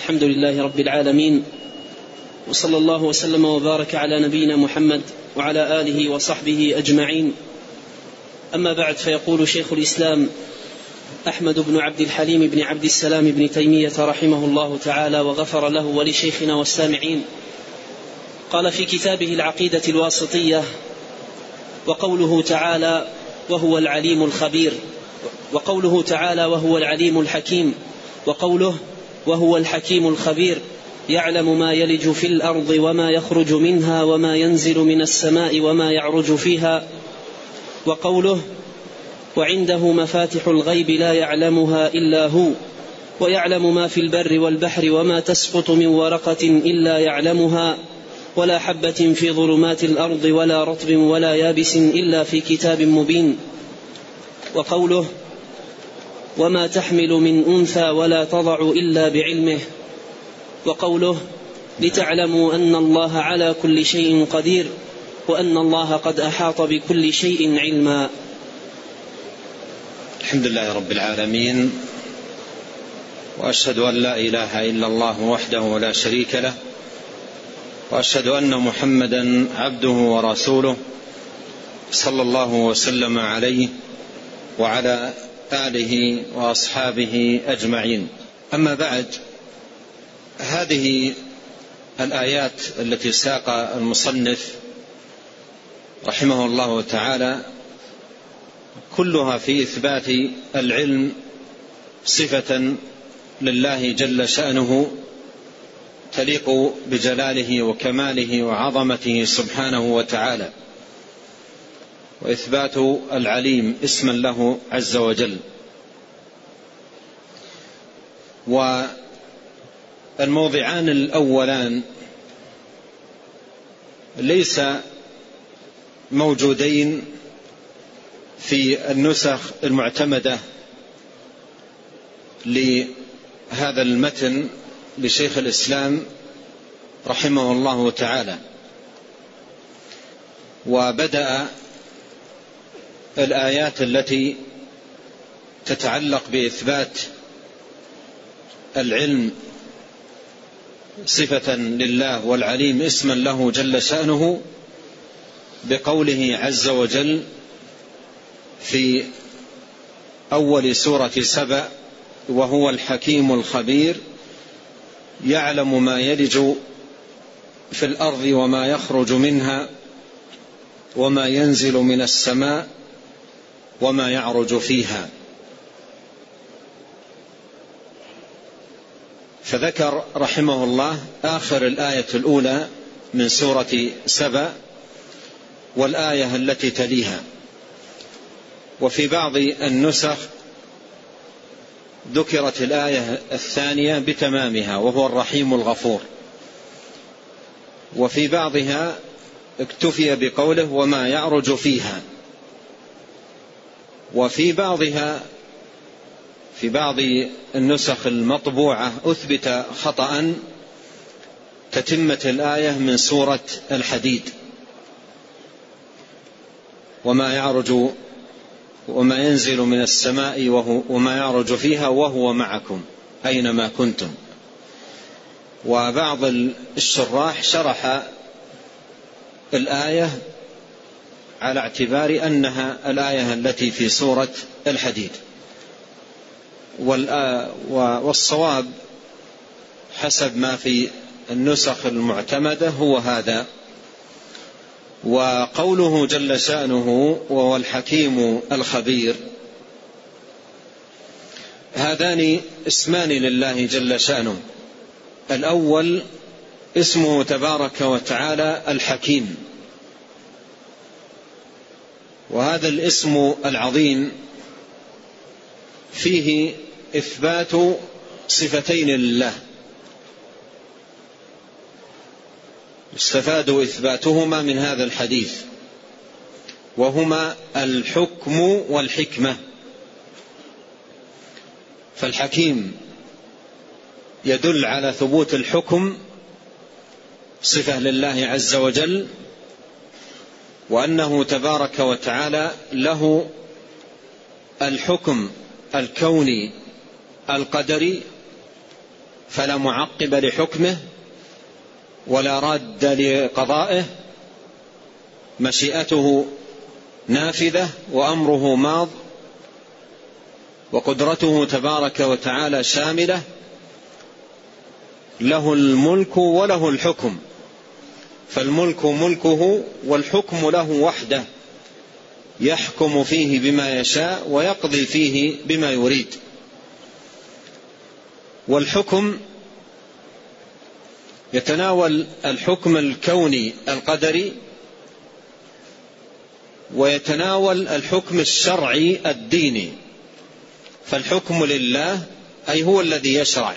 الحمد لله رب العالمين، وصلى الله وسلم وبارك على نبينا محمد وعلى آله وصحبه أجمعين. أما بعد، فيقول شيخ الإسلام أحمد بن عبد الحليم بن عبد السلام بن تيمية رحمه الله تعالى وغفر له ولشيخنا والسامعين، قال في كتابه العقيدة الواسطية: وقوله تعالى وهو العليم الخبير، وقوله تعالى وهو العليم الحكيم، وقوله وهو الحكيم الخبير يعلم ما يلج في الأرض وما يخرج منها وما ينزل من السماء وما يعرج فيها، وقوله وعنده مفاتح الغيب لا يعلمها إلا هو ويعلم ما في البر والبحر وما تسقط من ورقة إلا يعلمها ولا حبة في ظلمات الأرض ولا رطب ولا يابس إلا في كتاب مبين، وقوله وما تحمل من أنثى ولا تضع إلا بعلمه، وقوله لتعلموا أن الله على كل شيء قدير وأن الله قد أحاط بكل شيء علما. الحمد لله رب العالمين، وأشهد أن لا إله إلا الله وحده لا شريك له، وأشهد أن محمدا عبده ورسوله صلى الله وسلم عليه وعلى آله وأصحابه أجمعين. أما بعد، هذه الآيات التي ساق المصنف رحمه الله تعالى كلها في إثبات العلم صفة لله جل شأنه تليق بجلاله وكماله وعظمته سبحانه وتعالى، وإثبات العليم اسما له عز وجل. والموضعان الأولان ليس موجودين في النسخ المعتمدة لهذا المتن لشيخ الإسلام رحمه الله تعالى. وبدأ الآيات التي تتعلق بإثبات العلم صفة لله والعليم اسما له جل شأنه بقوله عز وجل في أول سورة سبأ: وهو الحكيم الخبير يعلم ما يلج في الأرض وما يخرج منها وما ينزل من السماء وما يعرج فيها. فذكر رحمه الله آخر الآية الأولى من سورة سبأ والآية التي تليها. وفي بعض النسخ ذكرت الآية الثانية بتمامها وهو الرحيم الغفور، وفي بعضها اكتفي بقوله وما يعرج فيها، وفي بعضها في بعض النسخ المطبوعة أثبت خطأ تتمة الآية من سورة الحديد: وما يعرج وما ينزل من السماء وما يعرج فيها وهو معكم أينما كنتم. وبعض الشراح شرح الآية على اعتبار أنها الآية التي في سورة الحديد، والصواب حسب ما في النسخ المعتمدة هو هذا. وقوله جل شأنه وهو الحكيم الخبير، هذان اسمان لله جل شأنه. الأول اسمه تبارك وتعالى الحكيم، وهذا الاسم العظيم فيه إثبات صفتين لله يستفاد إثباتهما من هذا الحديث، وهما الحكم والحكمة. فالحكيم يدل على ثبوت الحكم صفة لله عز وجل، وأنه تبارك وتعالى له الحكم الكوني القدري فلا معقب لحكمه ولا راد لقضائه، مشيئته نافذة وأمره ماض، وقدرته تبارك وتعالى شاملة، له الملك وله الحكم، فالملك ملكه والحكم له وحده، يحكم فيه بما يشاء ويقضي فيه بما يريد. والحكم يتناول الحكم الكوني القدري، ويتناول الحكم الشرعي الديني. فالحكم لله أي هو الذي يشرع،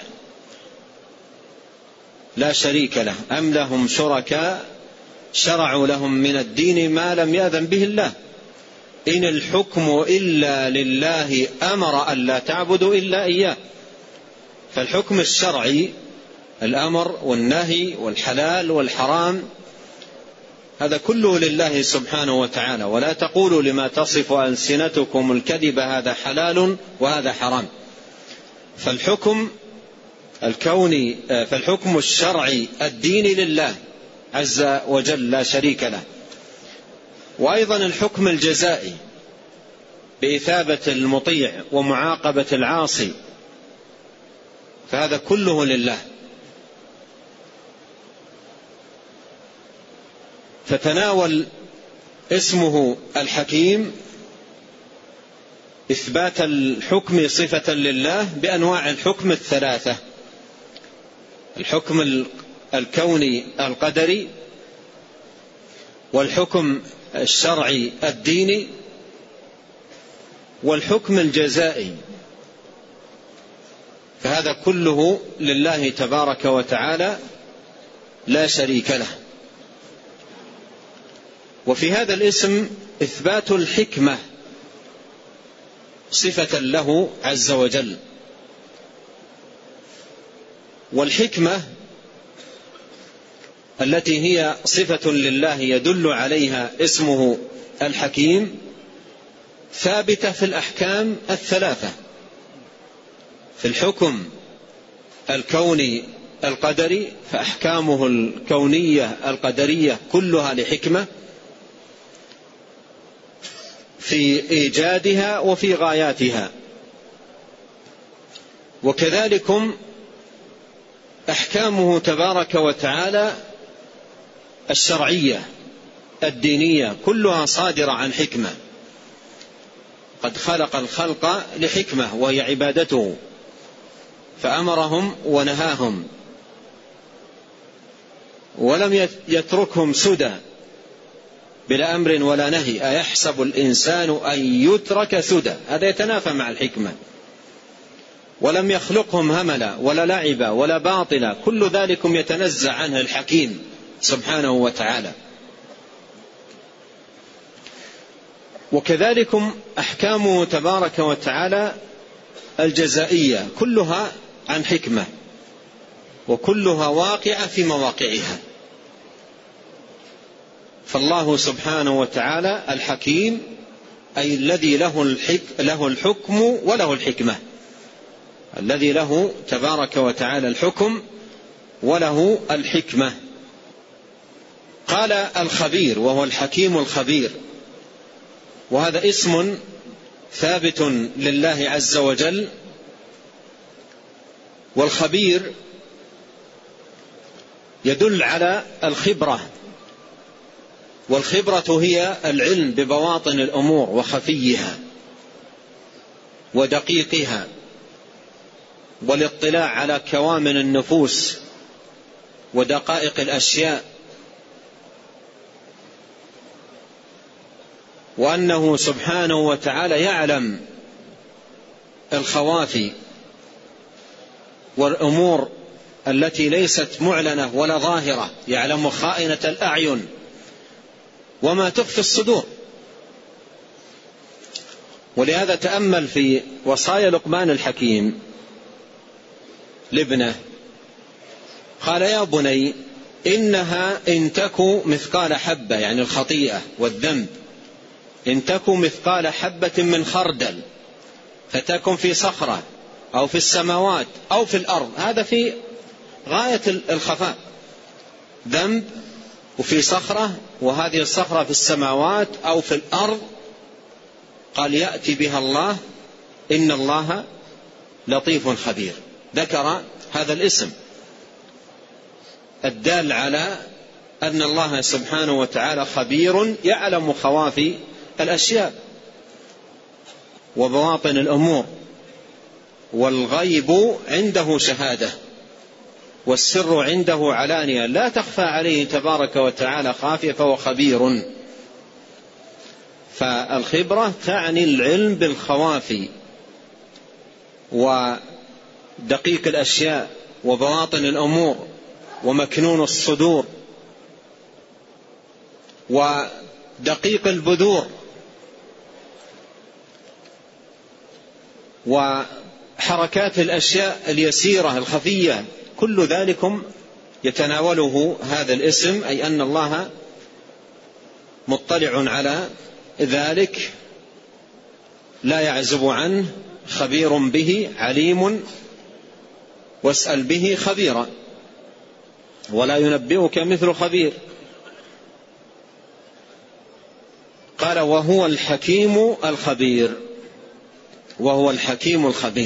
لا شريك له. أم لهم شركاء شرعوا لهم من الدين ما لم يأذن به الله، إن الحكم إلا لله أمر أن لا تعبدوا إلا إياه. فالحكم الشرعي، الأمر والنهي والحلال والحرام، هذا كله لله سبحانه وتعالى. ولا تقولوا لما تصف ألسنتكم الكذب هذا حلال وهذا حرام. فالحكم الكوني، فالحكم الشرعي الديني لله عز وجل لا شريك له. وأيضا الحكم الجزائي بإثابة المطيع ومعاقبة العاصي، فهذا كله لله. فتناول اسمه الحكيم إثبات الحكم صفة لله بأنواع الحكم الثلاثة: الحكم الكوني القدري، والحكم الشرعي الديني، والحكم الجزائي. فهذا كله لله تبارك وتعالى لا شريك له. وفي هذا الاسم إثبات الحكمة صفة له عز وجل. والحكمة التي هي صفة لله يدل عليها اسمه الحكيم ثابتة في الأحكام الثلاثة: في الحكم الكوني القدري فأحكامه الكونية القدرية كلها لحكمة في إيجادها وفي غاياتها. وكذلك أحكامه تبارك وتعالى الشرعية الدينية كلها صادرة عن حكمة. قد خلق الخلق لحكمة وهي عبادته، فأمرهم ونهاهم ولم يتركهم سدى بلا أمر ولا نهي. أيحسب الإنسان أن يترك سدى؟ هذا يتنافى مع الحكمة. ولم يخلقهم هملا ولا لعبا ولا باطلا، كل ذلك يتنزع عنه الحكيم سبحانه وتعالى. وكذلك أحكامه تبارك وتعالى الجزائية كلها عن حكمة، وكلها واقعة في مواقعها. فالله سبحانه وتعالى الحكيم أي الذي له الحكم وله الحكمة، الذي له تبارك وتعالى الحكم وله الحكمة. قال الخبير وهو الحكيم الخبير، وهذا اسم ثابت لله عز وجل. والخبير يدل على الخبرة، والخبرة هي العلم ببواطن الأمور وخفيها ودقيقها، والاطلاع على كوامن النفوس ودقائق الأشياء، وأنه سبحانه وتعالى يعلم الخوافي والأمور التي ليست معلنة ولا ظاهرة، يعلم خائنة الأعين وما تخفي الصدور. ولهذا تأمل في وصايا لقمان الحكيم لابنه، قال: يا بني إنها إن تك مثقال حبة، يعني الخطيئة والذنب، إن تك مثقال حبة من خردل فتكن في صخرة أو في السماوات أو في الأرض، هذا في غاية الخفاء. ذنب وفي صخرة، وهذه الصخرة في السماوات أو في الأرض، قال يأتي بها الله، إن الله لطيف خبير. ذكر هذا الاسم الدال على أن الله سبحانه وتعالى خبير يعلم خوافي الأشياء وبواطن الأمور، والغيب عنده شهادة، والسر عنده علانية، لا تخفى عليه تبارك وتعالى خافية، فهو خبير. فالخبرة تعني العلم بالخوافي ودقيق الأشياء وبواطن الأمور ومكنون الصدور ودقيق البذور وحركات الأشياء اليسيرة الخفية، كل ذلكم يتناوله هذا الاسم، أي أن الله مطلع على ذلك، لا يعزب عنه، خبير به، عليم، واسأل به خبيرا، ولا ينبئك مثل خبير. قال وهو الحكيم الخبير، وهو الحكيم الخبير.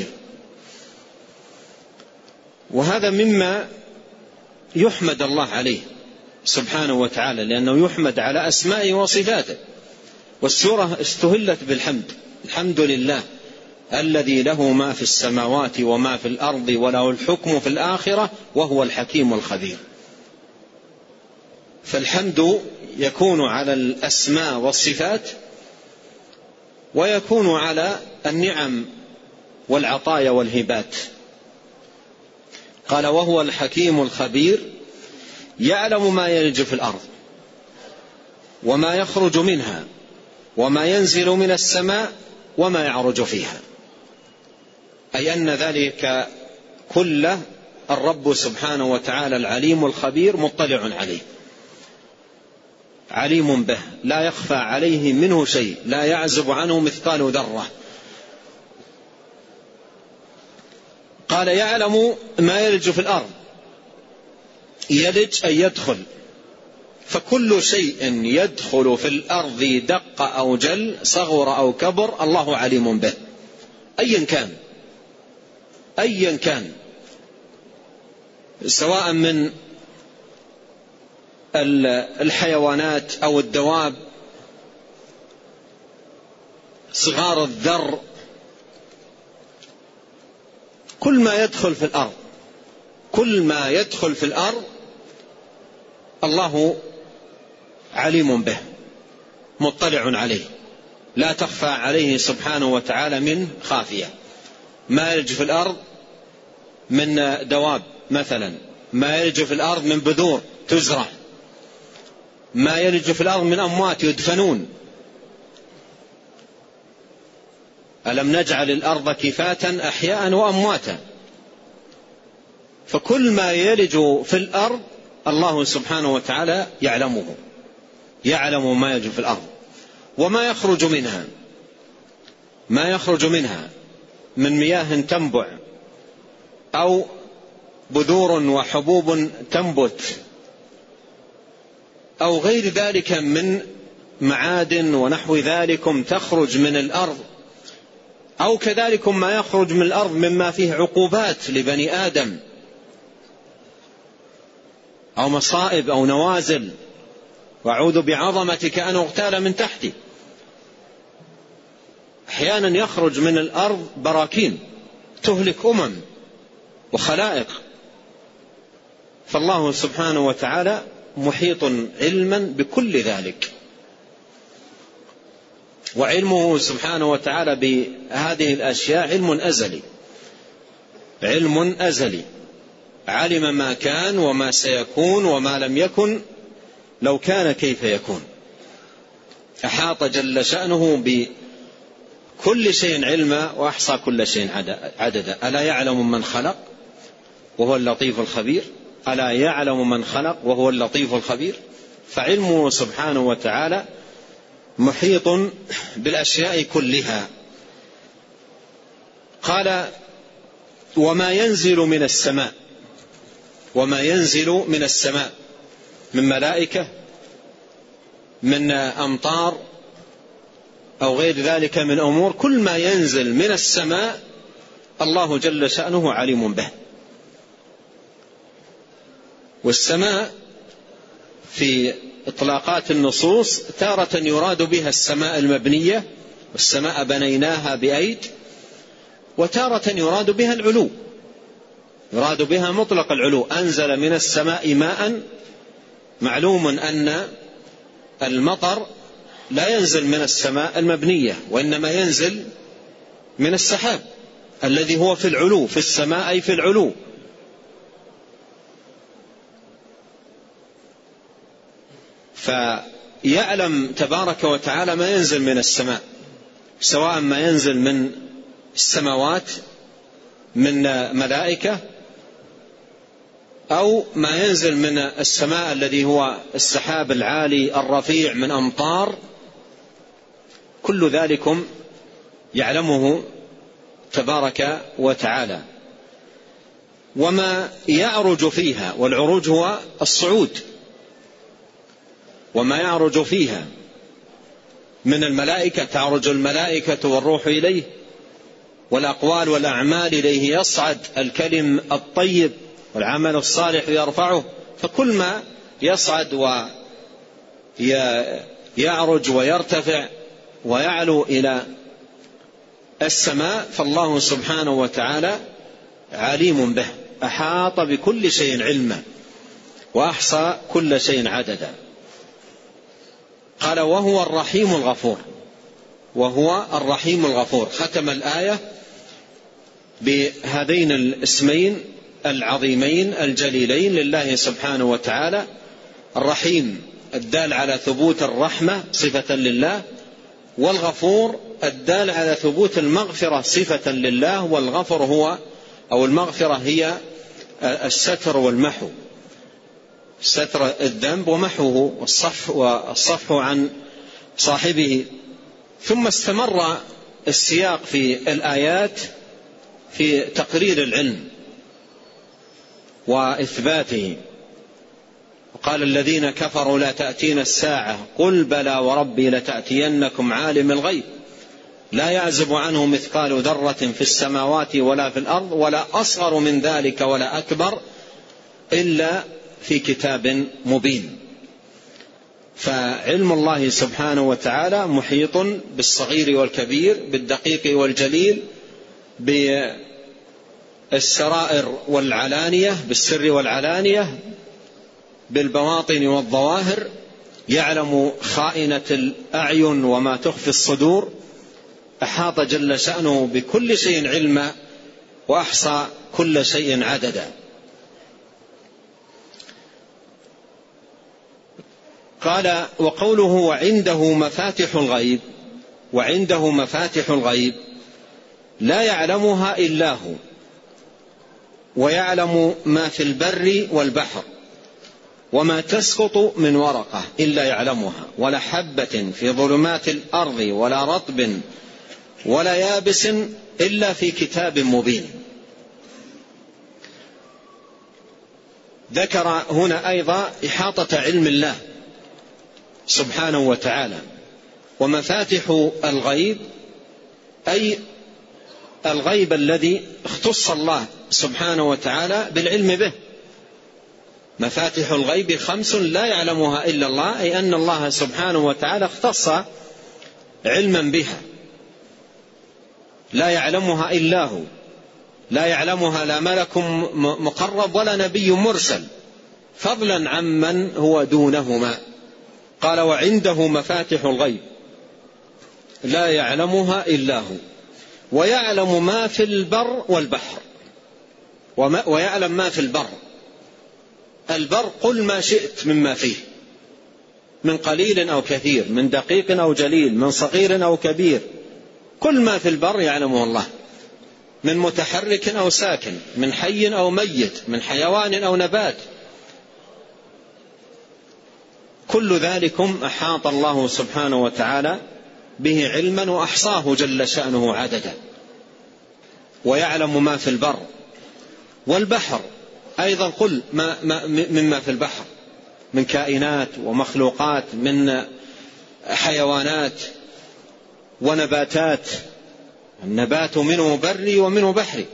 وهذا مما يحمد الله عليه سبحانه وتعالى، لأنه يحمد على أسمائه وصفاته. والسورة استهلت بالحمد، الحمد لله الذي له ما في السماوات وما في الأرض وله الحكم في الآخرة وهو الحكيم الخبير. فالحمد يكون على الأسماء والصفات، ويكون على النعم والعطايا والهبات. قال وهو الحكيم الخبير يعلم ما يلج في الأرض وما يخرج منها وما ينزل من السماء وما يعرج فيها، أي أن ذلك كله الرب سبحانه وتعالى العليم الخبير مطلع عليه، عليم به، لا يخفى عليه منه شيء، لا يعزب عنه مثقال ذرة. قال يعلم ما يلج في الأرض، يلج أي يدخل، فكل شيء يدخل في الأرض دق أو جل، صغر أو كبر، الله عليم به أيا كان، سواء من الحيوانات أو الدواب، صغار الذر، كل ما يدخل في الأرض الله عليم به مطلع عليه، لا تخفى عليه سبحانه وتعالى من خافية. ما يلج في الأرض من دواب مثلا، ما يلج في الأرض من بذور تزرع، ما يلج في الأرض من أموات يدفنون. ألم نجعل الأرض كفاة أحياء وأمواتا. فكل ما يلج في الأرض الله سبحانه وتعالى يعلمه، يعلم ما يلج في الأرض وما يخرج منها، ما يخرج منها من مياه تنبع أو بذور وحبوب تنبت أو غير ذلك من معادن ونحو ذلكم تخرج من الأرض، أو كذلك ما يخرج من الأرض مما فيه عقوبات لبني آدم أو مصائب أو نوازل، وأعوذ بعظمتك أن أغتال من تحتي. أحيانا يخرج من الأرض براكين تهلك وخلائق. فالله سبحانه وتعالى محيط علما بكل ذلك، وعلمه سبحانه وتعالى بهذه الأشياء علم أزلي، علم ما كان وما سيكون وما لم يكن لو كان كيف يكون. أحاط جل شأنه بكل شيء علما وأحصى كل شيء عددا. ألا يعلم من خلق وهو اللطيف الخبير؟ ألا يعلم من خلق وهو اللطيف الخبير؟ فعلمه سبحانه وتعالى محيط بالأشياء كلها. قال وما ينزل من السماء، وما ينزل من السماء من ملائكة، من أمطار أو غير ذلك من أمور، كل ما ينزل من السماء الله جل شأنه عليم به. والسماء في إطلاقات النصوص تارة يراد بها السماء المبنية، والسماء بنيناها بأيد، وتارة يراد بها العلو، يراد بها مطلق العلو. أنزل من السماء ماء، معلوم أن المطر لا ينزل من السماء المبنية، وإنما ينزل من السحاب الذي هو في العلو، في السماء أي في العلو. فيعلم تبارك وتعالى ما ينزل من السماء، سواء ما ينزل من السماوات من ملائكة، أو ما ينزل من السماء الذي هو السحاب العالي الرفيع من أمطار، كل ذلكم يعلمه تبارك وتعالى. وما يعرج فيها، والعروج هو الصعود، وما يعرج فيها من الملائكة، تعرج الملائكة والروح إليه، والأقوال والأعمال إليه يصعد الكلم الطيب والعمل الصالح يرفعه. فكل ما يصعد ويعرج ويرتفع ويعلو إلى السماء فالله سبحانه وتعالى عليم به، أحاط بكل شيء علما وأحصى كل شيء عددا. قال وهو الرحيم الغفور، وهو الرحيم الغفور. ختم الآية بهذين الاسمين العظيمين الجليلين لله سبحانه وتعالى: الرحيم الدال على ثبوت الرحمة صفة لله، والغفور الدال على ثبوت المغفرة صفة لله. والغفر هو أو المغفرة هي الستر والمحو، ستر الذنب ومحوه والصفح عن صاحبه. ثم استمر السياق في الآيات في تقرير العلم وإثباته. وقال الذين كفروا لا تأتين الساعة قل بلى وربي لتأتينكم عالم الغيب لا يعزب عنه مثقال ذرة في السماوات ولا في الأرض ولا أصغر من ذلك ولا أكبر إلا في كتاب مبين. فعلم الله سبحانه وتعالى محيط بالصغير والكبير، بالدقيق والجليل، بالسرائر والعلانية، بالسر والعلانية، بالبواطن والظواهر. يعلم خائنة الأعين وما تخفي الصدور. أحاط جل شأنه بكل شيء علما وأحصى كل شيء عددا. قال وقوله وعنده مفاتح الغيب، وعنده مفاتح الغيب لا يعلمها إلا هو، ويعلم ما في البر والبحر وما تسقط من ورقة إلا يعلمها ولا حبة في ظلمات الأرض ولا رطب ولا يابس إلا في كتاب مبين. ذكر هنا أيضا إحاطة علم الله سبحانه وتعالى. ومفاتح الغيب أي الغيب الذي اختص الله سبحانه وتعالى بالعلم به. مفاتح الغيب 5 لا يعلمها إلا الله، أي أن الله سبحانه وتعالى اختص علما بها، لا يعلمها إلا هو، لا يعلمها لا ملك مقرب ولا نبي مرسل، فضلا عمن هو دونهما. قال وعنده مفاتح الغيب لا يعلمها إلا هو، ويعلم ما في البر والبحر. ويعلم ما في البر. البر قل ما شئت مما فيه، من قليل أو كثير، من دقيق أو جليل، من صغير أو كبير، كل ما في البر يعلمه الله، من متحرك أو ساكن، من حي أو ميت، من حيوان أو نبات، كل ذلكم أحاط الله سبحانه وتعالى به علما وأحصاه جل شأنه عددا. ويعلم ما في البر والبحر أيضا قل مما في البحر من كائنات ومخلوقات، من حيوانات ونباتات، النبات منه بري ومنه بحري،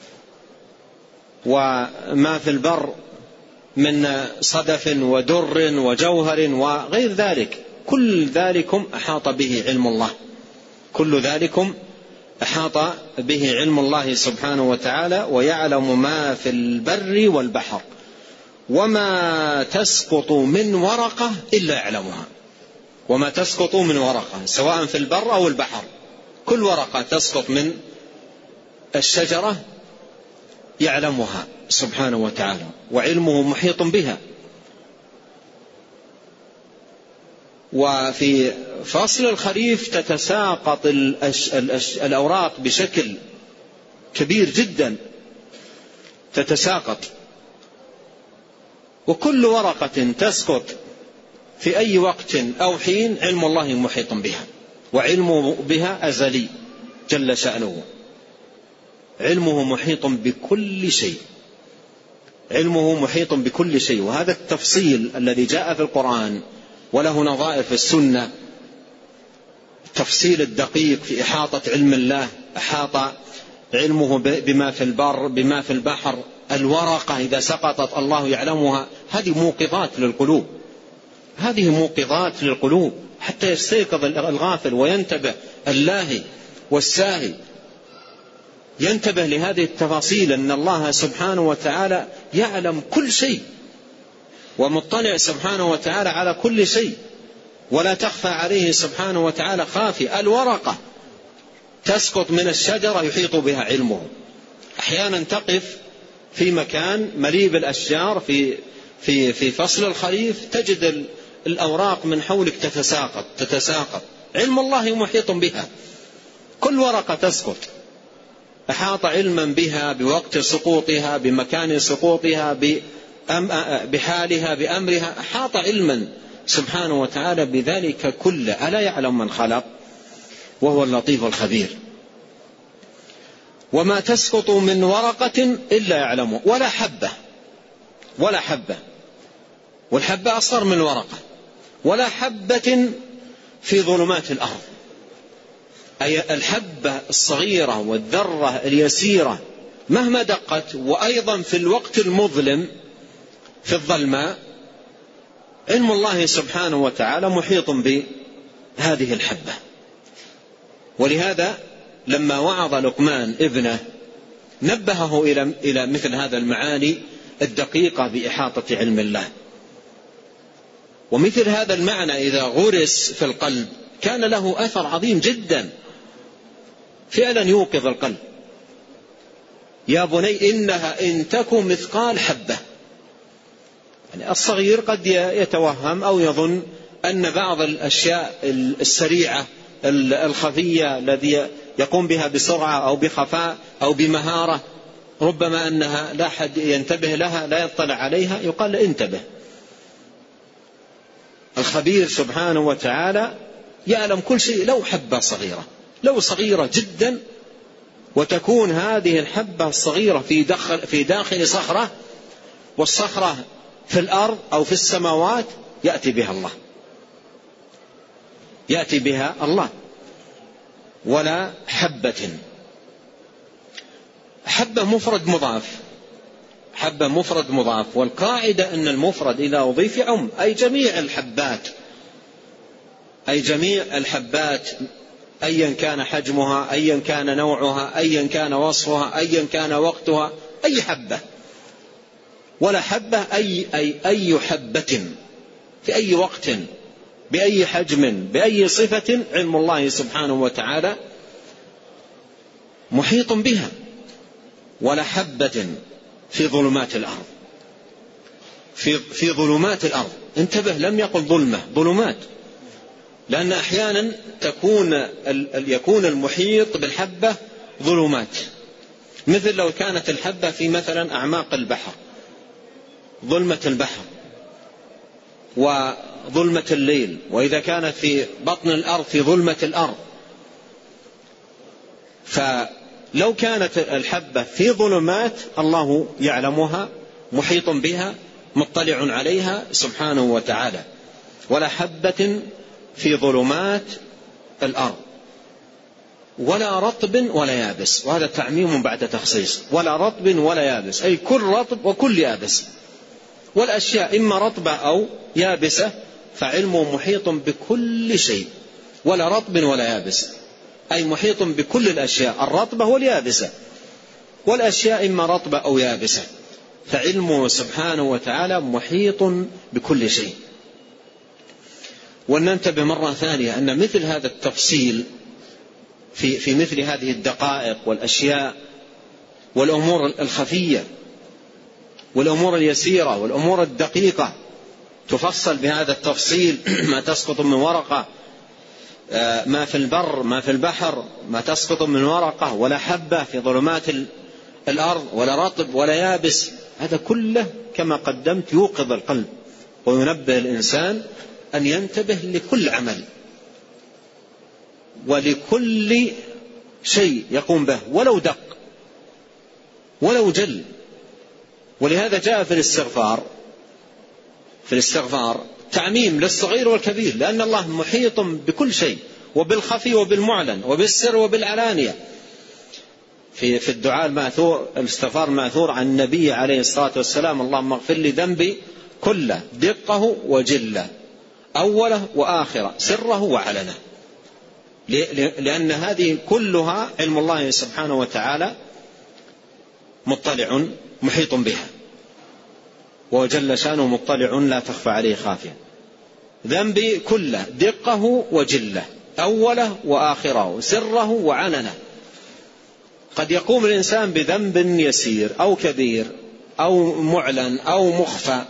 وما في البر من صدف ودر وجوهر وغير ذلك، كل ذلكم أحاط به علم الله، كل ذلكم أحاط به علم الله سبحانه وتعالى، ويعلم ما في البر والبحر، وما تسقط من ورقة إلا يعلمها، وما تسقط من ورقة سواء في البر أو البحر، كل ورقة تسقط من الشجرة يعلمها سبحانه وتعالى، وعلمه محيط بها. وفي فصل الخريف تتساقط الأوراق بشكل كبير جدا، تتساقط، وكل ورقة تسقط في أي وقت أو حين علم الله محيط بها، وعلمه بها أزلي جل شأنه، علمه محيط بكل شيء، علمه محيط بكل شيء. وهذا التفصيل الذي جاء في القرآن وله نظائر في السنة، التفصيل الدقيق في إحاطة علم الله، أحاط علمه بما في البر بما في البحر، الورقة إذا سقطت الله يعلمها، هذه موقظات للقلوب، هذه موقظات للقلوب حتى يستيقظ الغافل وينتبه، اللاهي والساهي ينتبه لهذه التفاصيل، أن الله سبحانه وتعالى يعلم كل شيء، ومطلع سبحانه وتعالى على كل شيء، ولا تخفى عليه سبحانه وتعالى خافية. الورقة تسقط من الشجرة يحيط بها علمه، أحيانا تقف في مكان مليء بالأشجار في فصل الخريف تجد الأوراق من حولك تتساقط، علم الله محيط بها، كل ورقة تسقط أحاط علما بها، بوقت سقوطها، بمكان سقوطها، بحالها، بأمرها، أحاط علما سبحانه وتعالى بذلك كله. ألا يعلم من خلق وهو اللطيف الخبير. وما تسقط من ورقة إلا يعلمه، ولا حبة، والحبة أصغر من الورقة، ولا حبة في ظلمات الأرض، أي الحبة الصغيرة والذرة اليسيرة مهما دقت، وأيضا في الوقت المظلم في الظلماء علم الله سبحانه وتعالى محيط بهذه الحبة. ولهذا لما وعظ لقمان ابنه نبهه إلى مثل هذا المعاني الدقيقة بإحاطة علم الله. ومثل هذا المعنى إذا غرس في القلب كان له أثر عظيم جدا، فعلا يوقظ القلب. يا بني إنها إن تك مثقال حبة، يعني الصغير قد يتوهم أو يظن أن بعض الأشياء السريعة الخفية الذي يقوم بها بسرعة أو بخفاء أو بمهارة ربما أنها لا أحد ينتبه لها، لا يطلع عليها، يقال انتبه. الخبير سبحانه وتعالى يعلم كل شيء، لو حبة صغيرة، لو صغيرة جدا، وتكون هذه الحبة الصغيرة في داخل صخرة، والصخرة في الأرض أو في السماوات، يأتي بها الله. ولا حبة، حبة مفرد مضاف، والقاعدة أن المفرد إذا أضيف يعم، أي جميع الحبات، أيا كان حجمها، أيا كان نوعها، أيا كان وصفها، أيا كان وقتها، أي حبة. ولا حبة أي حبة في أي وقت بأي حجم بأي صفة علم الله سبحانه وتعالى محيط بها. ولا حبة في ظلمات الأرض، في ظلمات الأرض، انتبه، لم يقل ظلمات، لأن أحيانا يكون المحيط بالحبة ظلمات، مثل لو كانت الحبة في مثلا أعماق البحر، ظلمة البحر وظلمة الليل، وإذا كانت في بطن الأرض في ظلمة الأرض. لو كانت الحبة في ظلمات الله يعلمها، محيط بها، مطلع عليها سبحانه وتعالى. ولا حبة في ظلمات الأرض ولا رطب ولا يابس، وهذا تعميم بعد تخصيص، ولا رطب ولا يابس أي كل رطب وكل يابس، والأشياء إما رطبة أو يابسة فعلمه محيط بكل شيء. ولا رطب ولا يابس أي محيط بكل الأشياء الرطبة واليابسة، والأشياء إما رطبة أو يابسة، فعلمه سبحانه وتعالى محيط بكل شيء. وننتبه مرة ثانية أن مثل هذا التفصيل في مثل هذه الدقائق والأشياء والأمور الخفية والأمور اليسيرة والأمور الدقيقة تفصل بهذا التفصيل. ما تسقط من ورقة، ما في البر، ما في البحر، ما تسقط من ورقة ولا حبة في ظلمات الأرض، ولا رطب ولا يابس، هذا كله كما قدمت يوقظ القلب وينبه الإنسان أن ينتبه لكل عمل ولكل شيء يقوم به ولو دق ولو جل. ولهذا جاء في الاستغفار تعميم للصغير والكبير، لأن الله محيط بكل شيء، وبالخفي وبالمعلن وبالسر وبالعلانية. في الدعاء الماثور الاستغفار الماثور عن النبي عليه الصلاة والسلام: اللهم اغفر لي ذنبي كله دقه وجله، أوله وآخره، سره وعلنه، لأن هذه كلها علم الله سبحانه وتعالى مطلع محيط بها، وجل شانه مطلع لا تخفى عليه خافية. ذنبي كله دقه وجله، أوله وآخره، سره وعلنه. قد يقوم الإنسان بذنب يسير أو كبير أو معلن أو مخفى،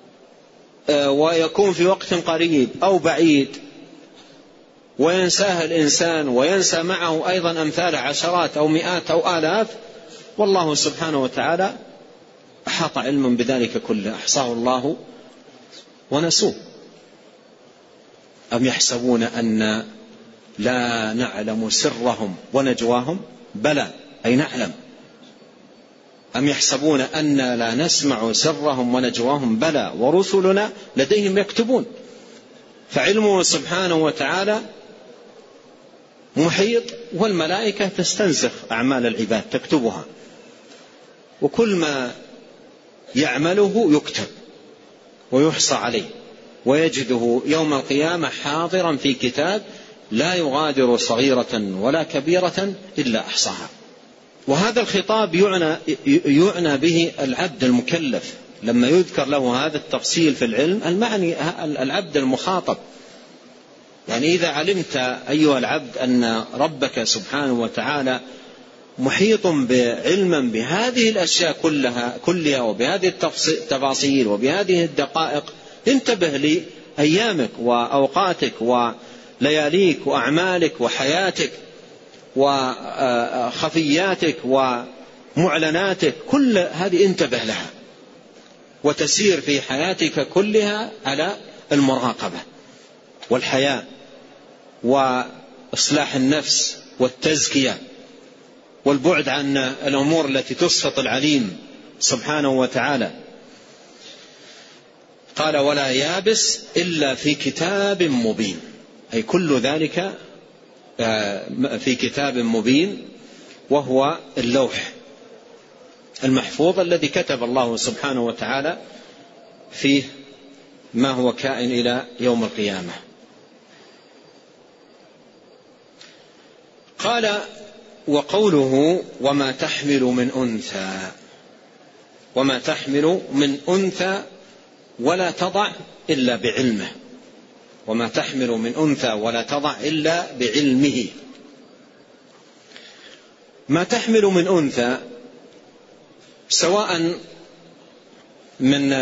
ويكون في وقت قريب أو بعيد، وينساه الإنسان وينسى معه أيضا أمثال عشرات أو مئات أو آلاف، والله سبحانه وتعالى أحاط علما بذلك كله، أحصاه الله ونسوه. أم يحسبون أن لا نعلم سرهم ونجواهم؟ بلى، أي نعلم. أم يحسبون أن لا نسمع سرهم ونجواهم؟ بلى، ورسلنا لديهم يكتبون. فعلمه سبحانه وتعالى محيط، والملائكة تستنسخ أعمال العباد تكتبها، وكل ما يعمله يكتب ويحصى عليه، ويجده يوم القيامة حاضرا في كتاب لا يغادر صغيرة ولا كبيرة إلا أحصاها. وهذا الخطاب يعنى به العبد المكلف لما يذكر له هذا التفصيل في العلم، المعني العبد المخاطب. يعني إذا علمت أيها العبد أن ربك سبحانه وتعالى محيط بعلما بهذه الأشياء كلها وبهذه التفاصيل وبهذه الدقائق، انتبه لأيامك وأوقاتك ولياليك وأعمالك وحياتك وخفياتك ومعلناتك، كل هذه انتبه لها، وتسير في حياتك كلها على المراقبة والحياء وإصلاح النفس والتزكية والبعد عن الأمور التي تسخط العليم سبحانه وتعالى. قال: ولا يابس إلا في كتاب مبين، أي كل ذلك في كتاب مبين، وهو اللوح المحفوظ الذي كتب الله سبحانه وتعالى فيه ما هو كائن إلى يوم القيامة. قال: وقوله وما تحمل من أنثى، وما تحمل من أنثى ولا تضع إلا بعلمه، وما تحمل من أنثى ولا تضع إلا بعلمه. ما تحمل من أنثى سواء من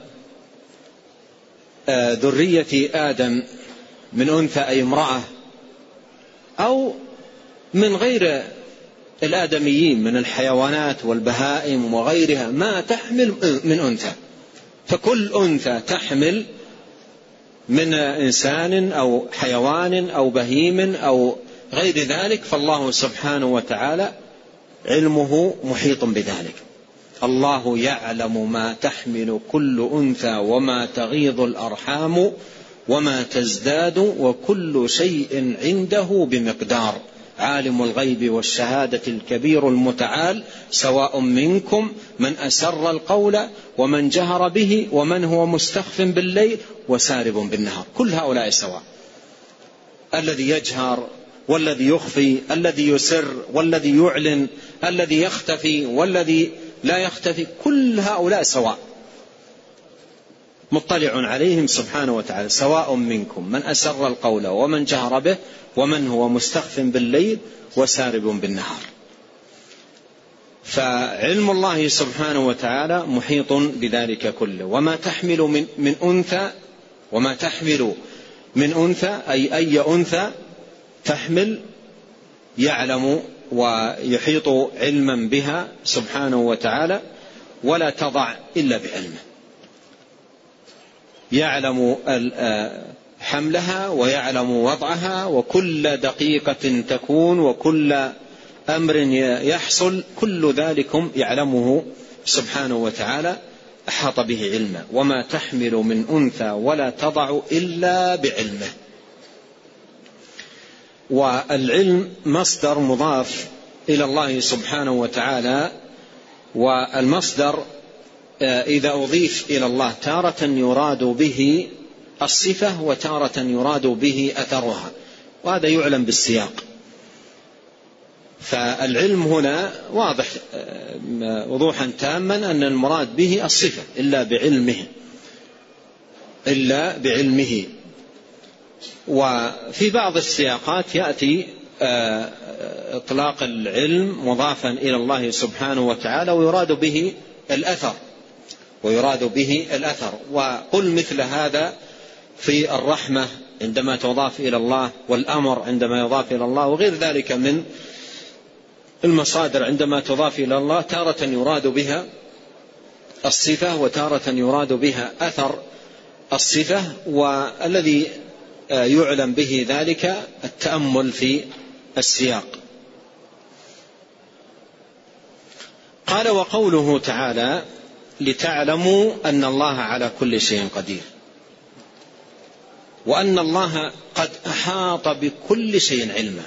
ذرية آدم من أنثى أي امرأة، أو من غير الآدميين من الحيوانات والبهائم وغيرها، ما تحمل من أنثى، فكل أنثى تحمل من إنسان أو حيوان أو بهيم أو غير ذلك، فالله سبحانه وتعالى علمه محيط بذلك. الله يعلم ما تحمل كل أنثى وما تغيض الأرحام وما تزداد وكل شيء عنده بمقدار. عالم الغيب والشهادة الكبير المتعال سواء منكم من أسر القول ومن جهر به ومن هو مستخف بالليل وسارب بالنهار. كل هؤلاء سواء، الذي يجهر والذي يخفي، الذي يسر والذي يعلن، الذي يختفي والذي لا يختفي، كل هؤلاء سواء، مطلع عليهم سبحانه وتعالى. سواء منكم من أسر القول ومن جهر به ومن هو مستخف بالليل وسارب بالنهار. فعلم الله سبحانه وتعالى محيط بذلك كله. وما تحمل من أنثى، وما تحمل من أنثى أي أنثى تحمل يعلم ويحيط علما بها سبحانه وتعالى، ولا تضع إلا بعلمه. يعلم حملها ويعلم وضعها، وكل دقيقة تكون وكل أمر يحصل، كل ذلكم يعلمه سبحانه وتعالى، أحاط به علما. وما تحمل من أنثى ولا تضع إلا بعلمه. والعلم مصدر مضاف إلى الله سبحانه وتعالى، والمصدر إذا أضيف إلى الله تارة يراد به الصفة وتارة يراد به أثرها، وهذا يعلم بالسياق. فالعلم هنا واضح وضوحا تاما أن المراد به الصفة إلا بعلمه. وفي بعض السياقات يأتي إطلاق العلم مضافا إلى الله سبحانه وتعالى ويراد به الأثر. وقل مثل هذا في الرحمة عندما تضاف إلى الله، والأمر عندما يضاف إلى الله، وغير ذلك من المصادر عندما تضاف إلى الله تارة يراد بها الصفة وتارة يراد بها أثر الصفة. والذي يعلم به ذلك التأمل في السياق. قال: وقوله تعالى: لتعلموا أن الله على كل شيء قدير، وأن الله قد أحاط بكل شيء علما.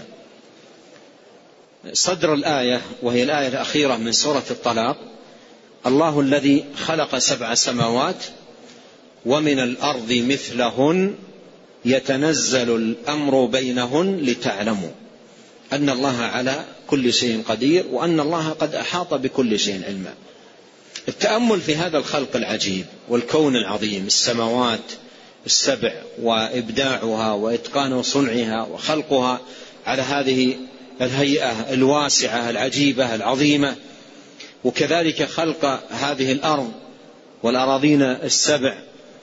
صدر الآية وهي الآية الأخيرة من سورة الطلاق: الله الذي خلق 7 سماوات ومن الأرض مثلهن يتنزل الأمر بينهن لتعلموا أن الله على كل شيء قدير وأن الله قد أحاط بكل شيء علما. التأمل في هذا الخلق العجيب والكون العظيم، السماوات 7 وإبداعها وإتقان صنعها وخلقها على هذه الهيئة الواسعة العجيبة العظيمة، وكذلك خلق هذه الأرض والأراضين 7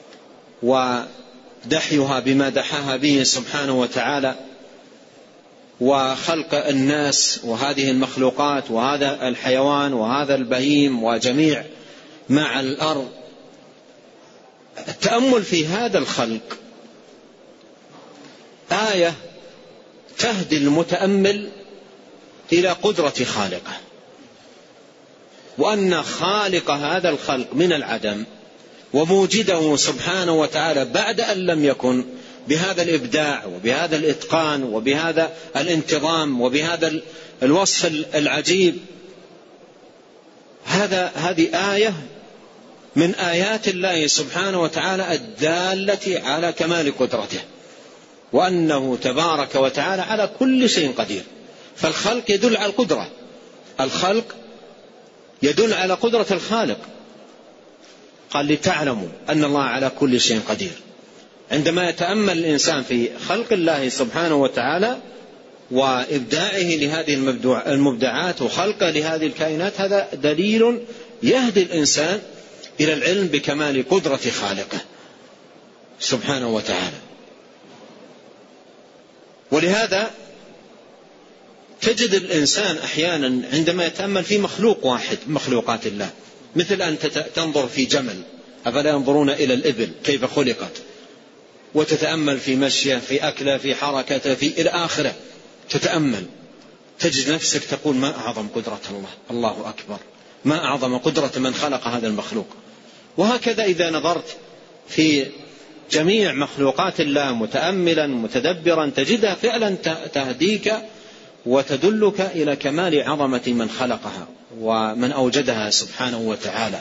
ودحيها بما دحاها به سبحانه وتعالى، وخلق الناس وهذه المخلوقات وهذا الحيوان وهذا البهيم وجميع ما على الأرض. التأمل في هذا الخلق آية تهدي المتأمل إلى قدرة خالقه، وأن خالق هذا الخلق من العدم وموجده سبحانه وتعالى بعد أن لم يكن، بهذا الإبداع وبهذا الإتقان وبهذا الانتظام وبهذا الوصف العجيب. هذه آية من آيات الله سبحانه وتعالى الدالة على كمال قدرته، وأنه تبارك وتعالى على كل شيء قدير. فالخلق يدل على القدرة، الخلق يدل على قدرة الخالق. قال: لتعلموا أن الله على كل شيء قدير. عندما يتأمل الإنسان في خلق الله سبحانه وتعالى وإبداعه لهذه المبدعات وخلقه لهذه الكائنات، هذا دليل يهدي الإنسان إلى العلم بكمال قدرة خالقه سبحانه وتعالى. ولهذا تجد الإنسان أحيانا عندما يتأمل في مخلوق واحد مخلوقات الله، مثل أن تنظر في جمل، أفلا ينظرون إلى الإبل كيف خلقت، وتتأمل في مشيه، في أكله، في حركته، في إلى آخره، تتأمل تجد نفسك تقول ما أعظم قدرة الله، الله أكبر، ما أعظم قدرة من خلق هذا المخلوق. وهكذا إذا نظرت في جميع مخلوقات الله متأملا متدبرا تجدها فعلا تهديك وتدلك إلى كمال عظمة من خلقها ومن أوجدها سبحانه وتعالى.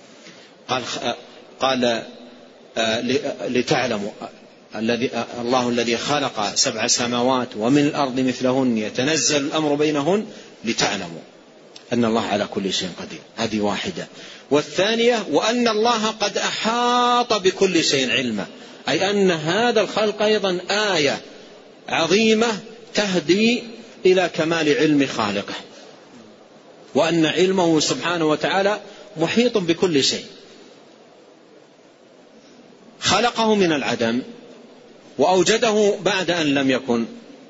قال لتعلموا الله الذي خلق 7 سماوات ومن الأرض مثلهن يتنزل الأمر بينهن لتعلموا أن الله على كل شيء قدير. هذه واحدة. والثانية وأن الله قد أحاط بكل شيء علما، أي أن هذا الخلق أيضا آية عظيمة تهدي إلى كمال علم خالقه، وأن علمه سبحانه وتعالى محيط بكل شيء. خلقه من العدم وأوجده بعد أن لم يكن،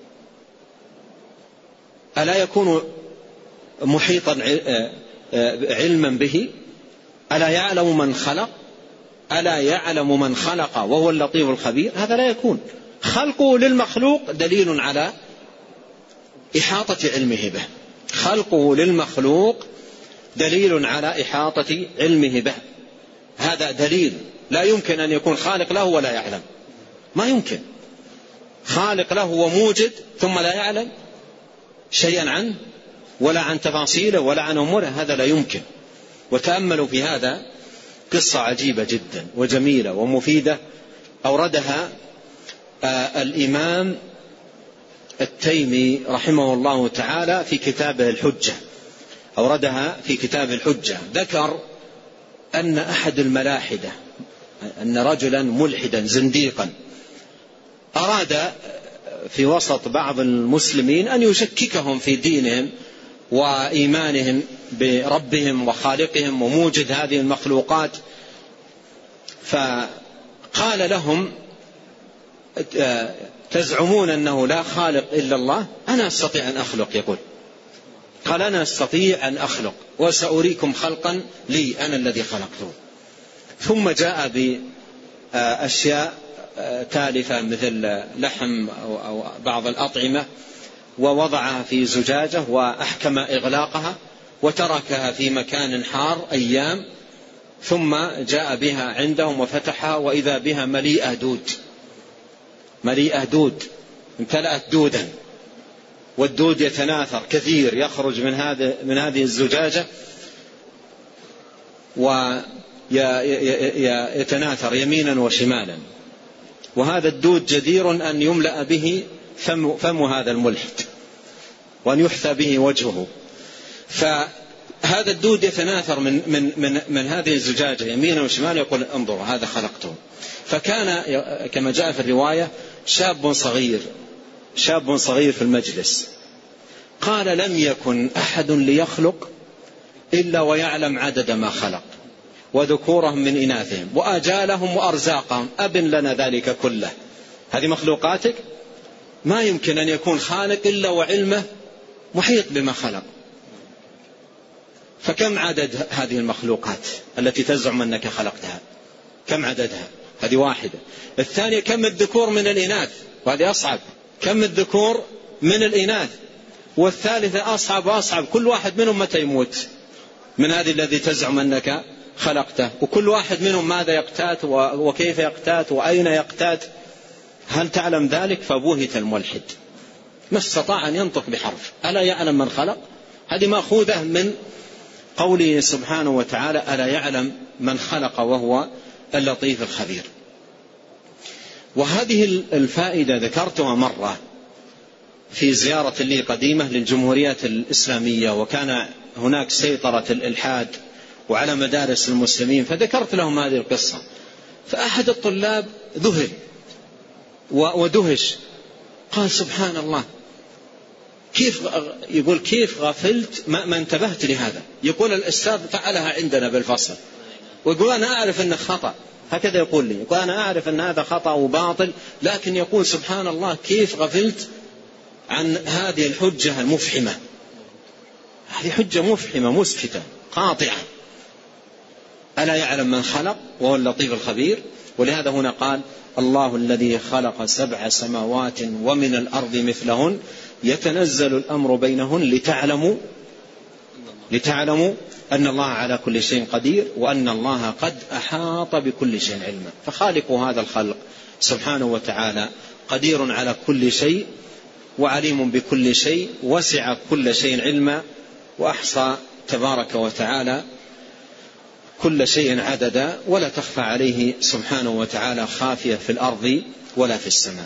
ألا يكون محيطا علما به؟ ألا يعلم من خلق؟ ألا يعلم من خلق وهو اللطيف الخبير؟ هذا لا يكون. خلقه للمخلوق دليل على إحاطة علمه به، خلقه للمخلوق دليل على إحاطة علمه به. هذا دليل. لا يمكن أن يكون خالق له ولا يعلم، ما يمكن. خالق له وموجد ثم لا يعلم شيئا عنه ولا عن تفاصيله ولا عن أموره، هذا لا يمكن. وتأملوا في هذا قصة عجيبة جدا وجميلة ومفيدة أوردها الإمام التيمي رحمه الله تعالى في كتابه الحجة. أوردها في كتاب الحجة. ذكر أن أحد الملاحدة، أن رجلا ملحدا زنديقا أراد في وسط بعض المسلمين أن يشككهم في دينهم وإيمانهم بربهم وخالقهم وموجد هذه المخلوقات، فقال لهم تزعمون أنه لا خالق إلا الله؟ أنا أستطيع أن أخلق. يقول قال أنا أستطيع أن أخلق وسأريكم خلقا لي أنا الذي خلقته. ثم جاء بأشياء تالفة مثل لحم أو بعض الأطعمة ووضعها في زجاجة وأحكم إغلاقها وتركها في مكان حار أيام، ثم جاء بها عندهم وفتحها وإذا بها مليئة دود امتلأت دودا، والدود يتناثر كثير يخرج من هذه الزجاجة ويتناثر يمينا وشمالا، وهذا الدود جدير أن يملأ به فم هذا الملحد وأن يحثى به وجهه. فهذا الدود يتناثر من هذه الزجاجة يمينا وشمالا، يقول انظروا هذا خلقته. فكان كما جاء في الرواية شاب صغير في المجلس، قال لم يكن أحد ليخلق إلا ويعلم عدد ما خلق وذكورهم من إناثهم وآجالهم وأرزاقهم، أبن لنا ذلك كله. هذه مخلوقاتك؟ ما يمكن أن يكون خالق إلا وعلمه محيط بما خلق. فكم عدد هذه المخلوقات التي تزعم أنك خلقتها؟ كم عددها؟ هذه واحدة. الثانية كم الذكور من الإناث؟ وهذه أصعب. كم الذكور من الإناث؟ والثالثة أصعب وأصعب. كل واحد منهم متى يموت من هذه الذي تزعم أنك خلقته؟ وكل واحد منهم ماذا يقتات وكيف يقتات وأين يقتات؟ هل تعلم ذلك؟ فبوهت الملحد، ما استطاع أن ينطق بحرف. ألا يعلم من خلق؟ هذه مأخوذة من قوله سبحانه وتعالى ألا يعلم من خلق وهو اللطيف الخبير. وهذه الفائدة ذكرتها مرة في زيارة لي قديمة للجمهوريات الإسلامية، وكان هناك سيطرة الإلحاد وعلى مدارس المسلمين، فذكرت لهم هذه القصة. فأحد الطلاب ذهل ودهش، قال سبحان الله، كيف غفلت ما انتبهت لهذا؟ يقول الأستاذ فعلها عندنا بالفصل، ويقول أنا أعرف أنه خطأ، هكذا يقول لي، يقول أنا أعرف أن هذا خطأ وباطل، لكن يقول سبحان الله كيف غفلت عن هذه الحجة المفحمة. هذه حجة مفحمة مسكتة قاطعة. ألا يعلم من خلق وهو اللطيف الخبير. ولهذا هنا قال الله الذي خلق 7 سماوات ومن الأرض مثلهن يتنزل الأمر بينهن لتعلموا أن الله على كل شيء قدير وأن الله قد أحاط بكل شيء علما. فخالق هذا الخلق سبحانه وتعالى قدير على كل شيء وعليم بكل شيء، وسع كل شيء علما، وأحصى تبارك وتعالى كل شيء عددا، ولا تخفى عليه سبحانه وتعالى خافية في الأرض ولا في السماء.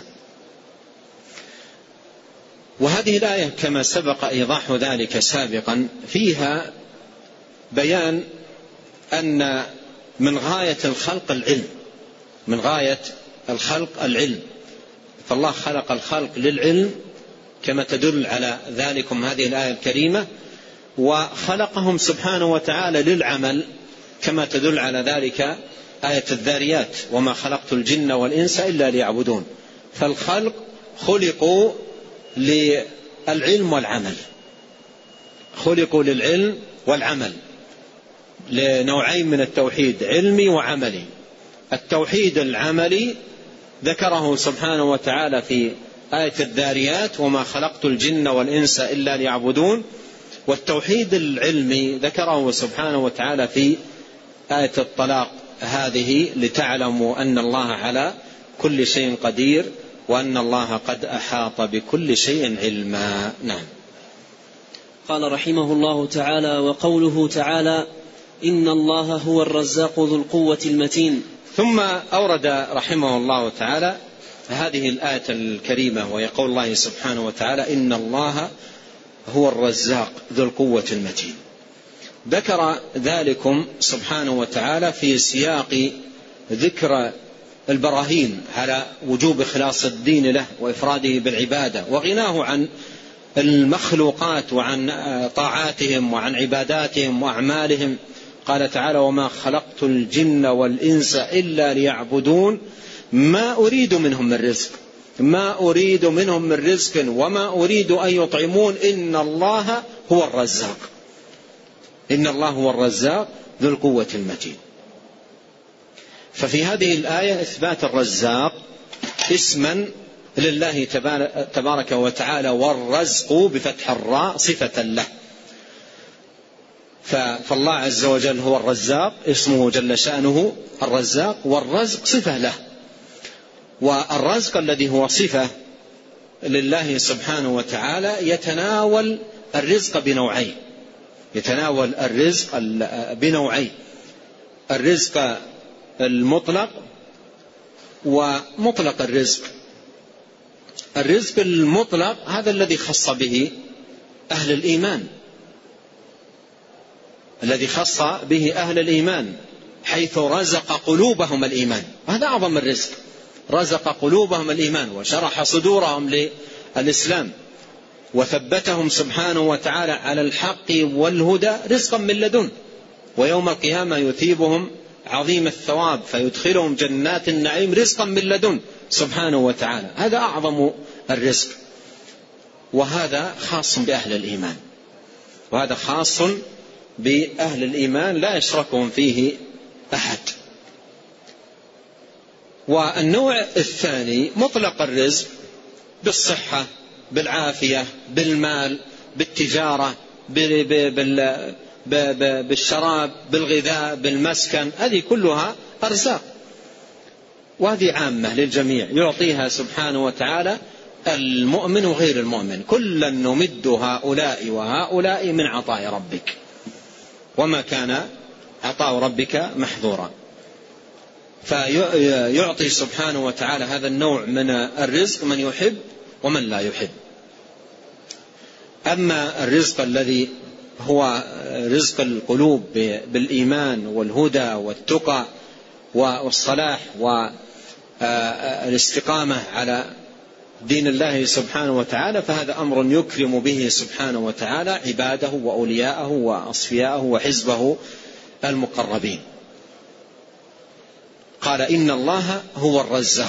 وهذه الآية كما سبق إيضاح ذلك سابقا فيها بيان أن من غاية الخلق العلم، من غاية الخلق العلم، فالله خلق الخلق للعلم كما تدل على ذلكم هذه الآية الكريمة، وخلقهم سبحانه وتعالى للعمل كما تدل على ذلك آية الذاريات: وما خلقت الجن والإنس إلا ليعبدون. فالخلق خلقوا للعلم والعمل، خلقوا للعلم والعمل، لنوعين من التوحيد: علمي وعملي. التوحيد العملي ذكره سبحانه وتعالى في آية الذاريات: وما خلقت الجن والإنس إلا ليعبدون. والتوحيد العلمي ذكره سبحانه وتعالى في آية الطلاق هذه: لتعلموا أن الله على كل شيء قدير وأن الله قد أحاط بكل شيء علما. نعم. قال رحمه الله تعالى: وقوله تعالى: إن الله هو الرزاق ذو القوة المتين. ثم أورد رحمه الله تعالى هذه الآية الكريمة، وهي قول الله سبحانه وتعالى: إن الله هو الرزاق ذو القوة المتين. ذكر ذلكم سبحانه وتعالى في سياق ذكر البراهين على وجوب إخلاص الدين له وإفراده بالعبادة وغناه عن المخلوقات وعن طاعاتهم وعن عباداتهم وأعمالهم. قال تعالى: وما خلقت الجن والإنس إلا ليعبدون ما أريد منهم من رزق وما أريد أن يطعمون إن الله هو الرزاق ذو القوة المتين. ففي هذه الآية إثبات الرزاق اسما لله تبارك وتعالى، والرزق بفتح الراء صفة له. فالله عز وجل هو الرزاق، اسمه جل شأنه الرزاق، والرزق صفة له. والرزق الذي هو صفة لله سبحانه وتعالى يتناول الرزق بنوعين: الرزق المطلق ومطلق الرزق. الرزق المطلق هذا الذي خص به أهل الإيمان، حيث رزق قلوبهم الإيمان، هذا أعظم الرزق. رزق قلوبهم الإيمان وشرح صدورهم للإسلام وثبتهم سبحانه وتعالى على الحق والهدى رزقا من لدن، ويوم القيامة يثيبهم عظيم الثواب فيدخلهم جنات النعيم رزقا من لدن سبحانه وتعالى. هذا أعظم الرزق، وهذا خاص بأهل الإيمان لا يشركهم فيه أحد. والنوع الثاني مطلق الرزق بالصحة، بالعافية، بالمال، بالتجارة، بالشراب، بالغذاء، بالمسكن، هذه كلها أرزاق، وهذه عامة للجميع يعطيها سبحانه وتعالى المؤمن وغير المؤمن. كلا نمد هؤلاء وهؤلاء من عطاء ربك وما كان عطاء ربك محظورا. فيعطي سبحانه وتعالى هذا النوع من الرزق من يحب ومن لا يحب. أما الرزق الذي هو رزق القلوب بالإيمان والهدى والتقى والصلاح والاستقامة على دين الله سبحانه وتعالى، فهذا أمر يكرم به سبحانه وتعالى عباده وأولياءه وأصفياءه وحزبه المقربين. قال: إن الله هو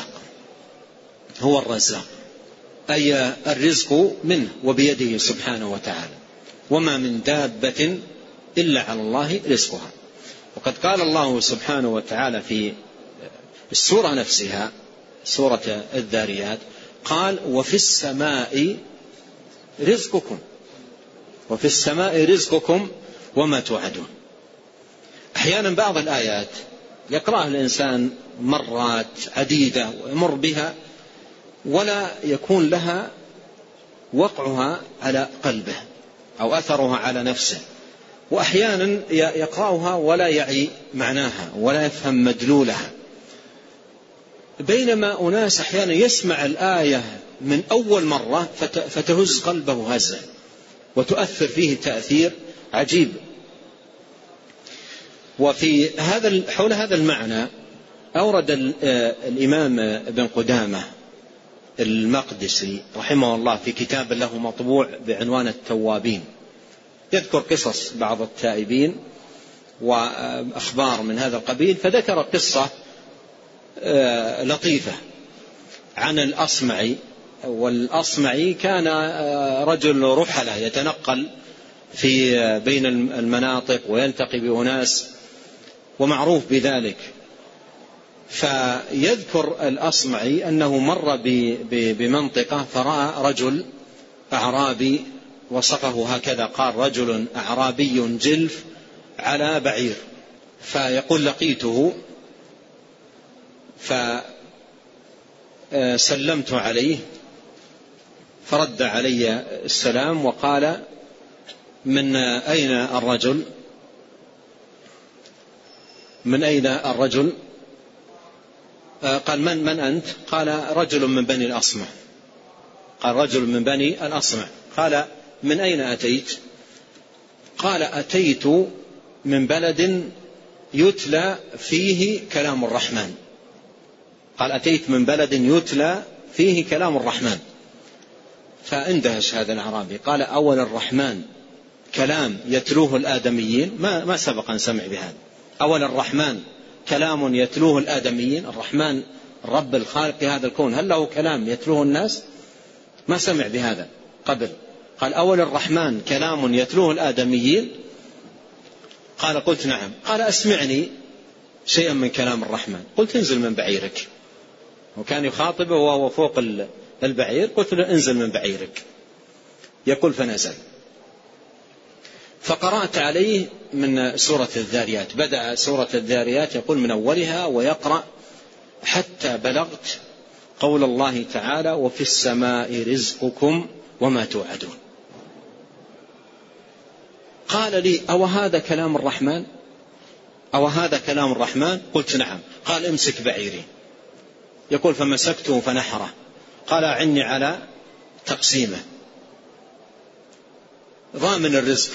الرزاق، أي الرزق منه وبيده سبحانه وتعالى، وما من دابة إلا على الله رزقها. وقد قال الله سبحانه وتعالى في السورة نفسها، سورة الذاريات، قال: وفي السماء رزقكم وفي السماء رزقكم وما توعدون. أحيانا بعض الآيات يقرأها الإنسان مرات عديدة ويمر بها ولا يكون لها وقعها على قلبه أو أثرها على نفسه، وأحيانا يقرأها ولا يعي معناها ولا يفهم مدلولها، بينما أناس أحيانا يسمع الآية من أول مرة فتهز قلبه هزة وتؤثر فيه تأثير عجيب. وفي حول هذا المعنى أورد الإمام ابن قدامة المقدسي رحمه الله في كتاب له مطبوع بعنوان التوابين، يذكر قصص بعض التائبين وأخبار من هذا القبيل، فذكر قصة لطيفة عن الأصمعي. والأصمعي كان رجل رحلة يتنقل بين المناطق ويلتقي بأناس ومعروف بذلك. فيذكر الأصمعي أنه مر بمنطقة فرأى رجل أعرابي، وصفه هكذا قال: رجل أعرابي جلف على بعير. فيقول: لقيته فسلمت عليه فرد علي السلام وقال: من أين الرجل؟ من أين الرجل؟ قال: من أنت؟ قال: رجل من بني الأصمع. قال: رجل من بني الأصمع. قال: من أين أتيت؟ قال: أتيت من بلد يتلى فيه كلام الرحمن. قال: أتيت من بلد يتلى فيه كلام الرحمن. فاندهش هذا الأعرابي، قال: أول الرحمن كلام يتلوه الآدميين؟ ما سبق أن سمع بهذا. أول الرحمن كلام يتلوه الآدميين؟ الرحمن الرب الخالق هذا الكون هل له كلام يتلوه الناس؟ ما سمع بهذا قبل. قال: أول الرحمن كلام يتلوه الآدميين؟ قال: قلت: نعم. قال: أسمعني شيئا من كلام الرحمن. قلت: انزل من بعيرك. وكان يخاطبه وهو فوق البعير. قلت له: انزل من بعيرك. يقول: فنزل. فقرأت عليه من سورة الذاريات. بدأ سورة الذاريات يقول من أولها ويقرأ حتى بلغت قول الله تعالى: وفي السماء رزقكم وما توعدون. قال لي: أو هذا كلام الرحمن؟ أو هذا كلام الرحمن؟ قلت: نعم. قال: امسك بعيري. يقول: فمسكته فنحره. قال: أعني على تقسيمه. ضامن الرزق،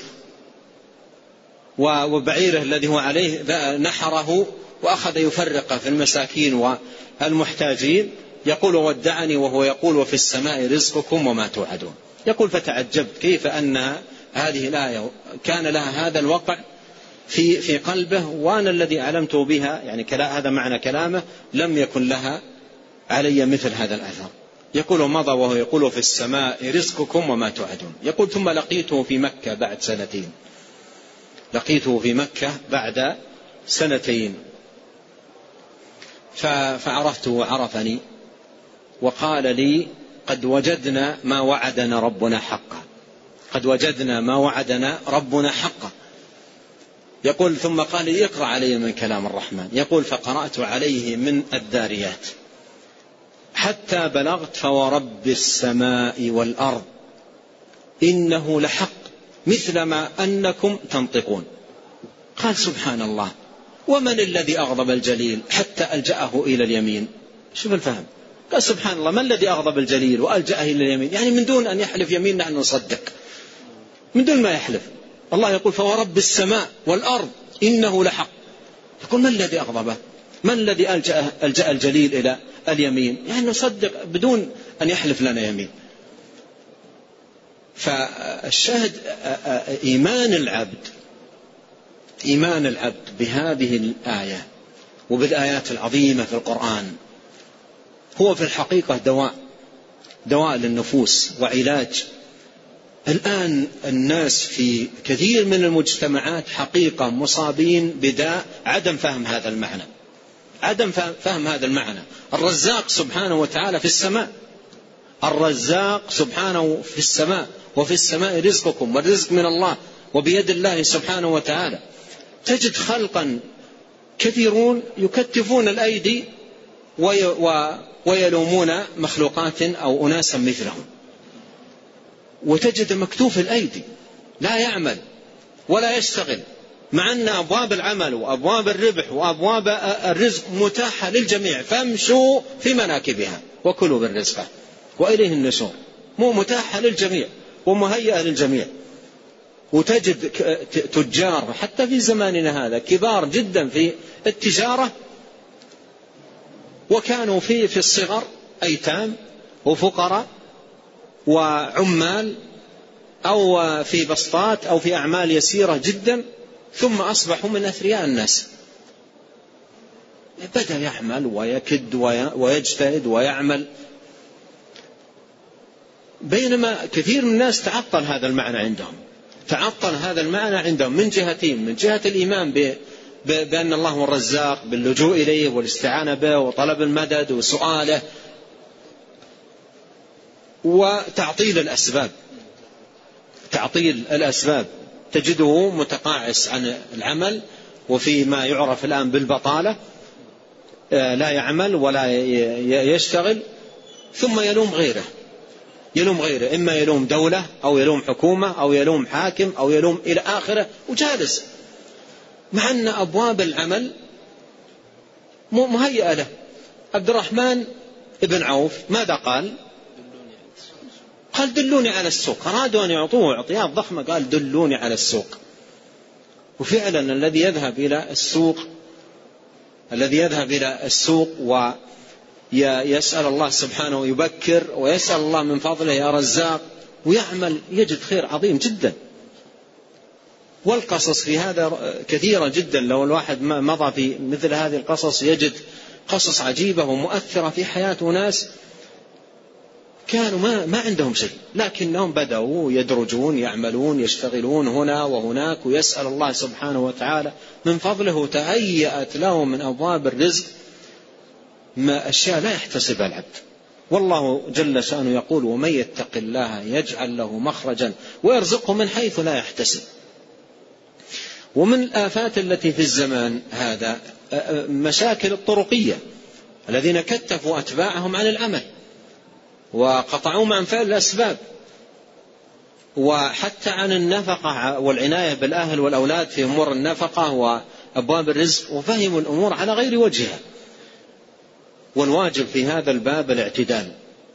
وبعيره الذي هو عليه نحره وأخذ يفرق في المساكين والمحتاجين. يقول: ودعني وهو يقول: وفي السماء رزقكم وما توعدون. يقول: فتعجبت كيف أن هذه الآية كان لها هذا الوقع في قلبه، وأنا الذي علمته بها، يعني هذا معنى كلامه، لم يكن لها علي مثل هذا الأثر. يقول: مضى وهو يقول: في السماء رزقكم وما توعدون. يقول: ثم لقيته في مكة بعد سنتين. لقيته في مكة بعد سنتين فعرفته وعرفني وقال لي: قد وجدنا ما وعدنا ربنا حقا. قد وجدنا ما وعدنا ربنا حقا. يقول: ثم قال لي: اقرأ علي من كلام الرحمن. يقول: فقرأت عليه من الذاريات حتى بلغت: فورب السماء والأرض إنه لحق مثل ما أنكم تنطقون. قال: سبحان الله، ومن الذي أغضب الجليل حتى ألجأه إلى اليمين؟ شوف الفهم. قال: سبحان الله، ما الذي أغضب الجليل وألجأه إلى اليمين؟ يعني من دون أن يحلف يمين نحن نصدق، من دون ما يحلف. الله يقول: فورب السماء والأرض إنه لحق. يقول: ما الذي أغضبه؟ من الذي ألجأ الجليل إلى اليمين؟ يعني نصدق بدون أن يحلف لنا يمين. فالشاهد إيمان العبد بهذه الآية وبالآيات العظيمة في القرآن هو في الحقيقة دواء للنفوس وعلاج. الآن الناس في كثير من المجتمعات حقيقة مصابين بداء عدم فهم هذا المعنى، عدم فهم هذا المعنى. الرزاق سبحانه وتعالى في السماء، الرزاق سبحانه في السماء، وفي السماء رزقكم، والرزق من الله وبيد الله سبحانه وتعالى. تجد خلقا كثيرون يكتفون الأيدي ويلومون مخلوقات أو أناسا مثلهم، وتجد مكتوف الأيدي لا يعمل ولا يشتغل، مع أن أبواب العمل وأبواب الربح وأبواب الرزق متاحة للجميع، فامشوا في مناكبها وكلوا من رزقه وإليه النشور، متاحة للجميع ومهيئة للجميع. وتجد تجار حتى في زماننا هذا كبار جدا في التجارة، وكانوا في الصغر أيتام وفقراء وعمال أو في بسطات أو في أعمال يسيرة جدا، ثم أصبحوا من أثرياء الناس. بدأ يعمل ويكد ويجتهد ويعمل، بينما كثير من الناس تعطل هذا المعنى عندهم، تعطل هذا المعنى عندهم من جهتين: من جهة الإيمان بأن الله هو الرزاق، باللجوء إليه والاستعانة به وطلب المدد وسؤاله، وتعطيل الأسباب. تعطيل الأسباب تجده متقاعس عن العمل، وفي ما يعرف الآن بالبطالة، لا يعمل ولا يشتغل، ثم يلوم غيره، إما يلوم دولة أو يلوم حكومة أو يلوم حاكم أو يلوم إلى آخره، وجالس، مع أن أبواب العمل مهيئة له. عبد الرحمن بن عوف ماذا قال؟ قال دلوني على السوق. أرادوا أن يعطوه عطيات ضخمة، قال دلوني على السوق. وفعلا الذي يذهب إلى السوق ويسأل الله سبحانه ويبكر ويسأل الله من فضله يا رزاق ويعمل، يجد خير عظيم جدا. والقصص في هذا كثيرة جدا، لو الواحد مضى في مثل هذه القصص يجد قصص عجيبة ومؤثرة في حياة ناس كانوا ما عندهم شيء، لكنهم بدأوا يدرجون، يعملون، يشتغلون هنا وهناك، ويسأل الله سبحانه وتعالى من فضله، تهيأت له من أبواب الرزق ما أشياء لا يحتسبها العبد. والله جل شأنه يقول: ومن يتق الله يجعل له مخرجا ويرزقه من حيث لا يحتسب. ومن الآفات التي في الزمان هذا مشاكل الطرقية، الذين كتفوا أتباعهم عن العمل وقطعوا عن فعل الأسباب، وحتى عن النفقة والعناية بالأهل والأولاد في أمور النفقة وأبواب الرزق، وفهموا الأمور على غير وجهها. والواجب في هذا الباب الاعتدال،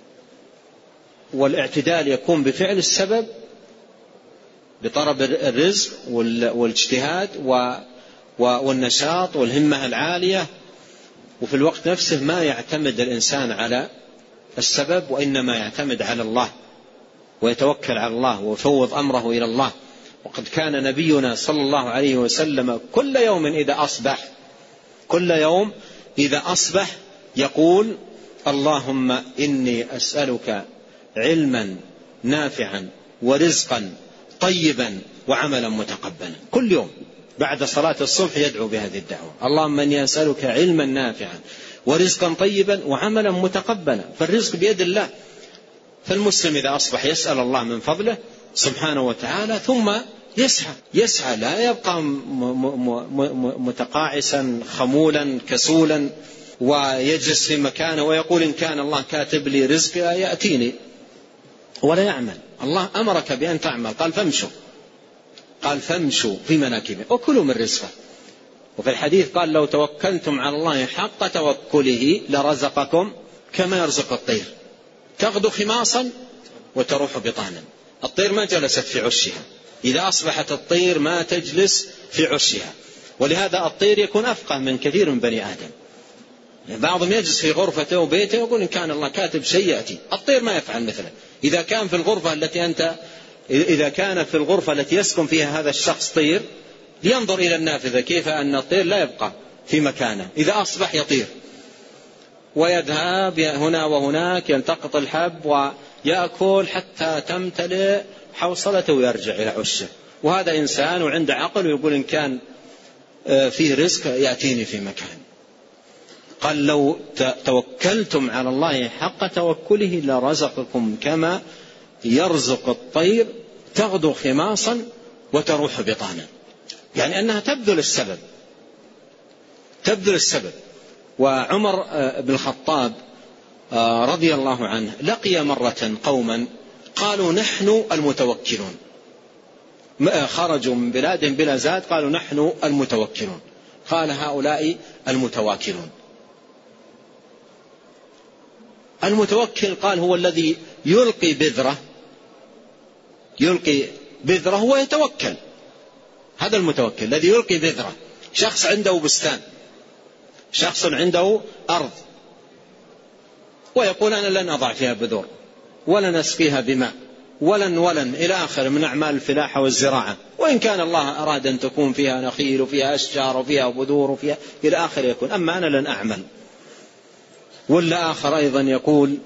والاعتدال يكون بفعل السبب بطلب الرزق والاجتهاد والنشاط والهمة العالية، وفي الوقت نفسه ما يعتمد الإنسان على السبب، وإنما يعتمد على الله ويتوكل على الله ويفوض أمره إلى الله. وقد كان نبينا صلى الله عليه وسلم كل يوم إذا أصبح يقول: اللهم إني أسألك علما نافعا ورزقا طيبا وعملا متقبلا. كل يوم بعد صلاة الصبح يدعو بهذه الدعوة: اللهم إني أسألك علما نافعا ورزقا طيبا وعملا متقبلا. فالرزق بيد الله، فالمسلم إذا أصبح يسأل الله من فضله سبحانه وتعالى، ثم يسعى لا يبقى متقاعسا خمولا كسولا ويجلس في مكانه ويقول إن كان الله كاتب لي رزق يأتيني، ولا يعمل. الله أمرك بأن تعمل، قال فامشوا في مناكبه وكلوا من رزقه. وفي الحديث قال: لو توكلتم على الله حق توكله لرزقكم كما يرزق الطير تغدو خماصا وتروح بطانا. الطير ما جلست في عشها، إذا أصبحت الطير ما تجلس في عشها. ولهذا الطير يكون أفقه من كثير من بني آدم. بعضهم يجلس في غرفته وبيته ويقول إن كان الله كاتب شيء يأتي. الطير ما يفعل مثله. إذا كان في الغرفة التي يسكن فيها هذا الشخص طير، لينظر إلى النافذة كيف أن الطير لا يبقى في مكانه، إذا أصبح يطير ويذهب هنا وهناك يلتقط الحب ويأكل حتى تمتلئ حوصلته ويرجع إلى عشه. وهذا إنسان وعنده عقل ويقول إن كان فيه رزق يأتيني في مكان. قال لو توكلتم على الله حق توكله لرزقكم كما يرزق الطير تغدو خماصا وتروح بطانا، يعني أنها تبذل السبب. وعمر بن الخطاب رضي الله عنه لقي مرة قوما قالوا نحن المتوكلون، خرجوا من بلادهم بلا زاد قالوا نحن المتوكلون، قال هؤلاء المتواكلون. المتوكل قال هو الذي يلقي بذرة ويتوكل، هذا المتوكل الذي يلقي بذرة. شخص عنده بستان، شخص عنده أرض ويقول أنا لن أضع فيها بذور ولن أسقيها بماء ولن إلى آخر من أعمال الفلاحة والزراعة، وإن كان الله أراد أن تكون فيها نخيل وفيها أشجار وفيها بذور وفيها إلى آخر يكون، أما أنا لن أعمل. ولا آخر أيضا يقول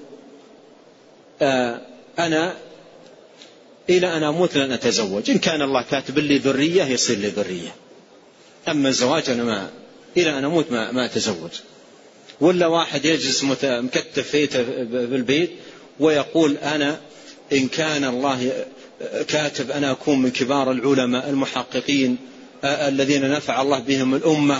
أنا إلى أن أموت لن أتزوج، إن كان الله كاتب لي ذرية يصير لي ذرية، أما الزواج أنا إلى أن أموت ما أتزوج. ولا واحد يجلس مكتف فيته بالبيت ويقول أنا إن كان الله كاتب أنا أكون من كبار العلماء المحققين الذين نفع الله بهم الأمة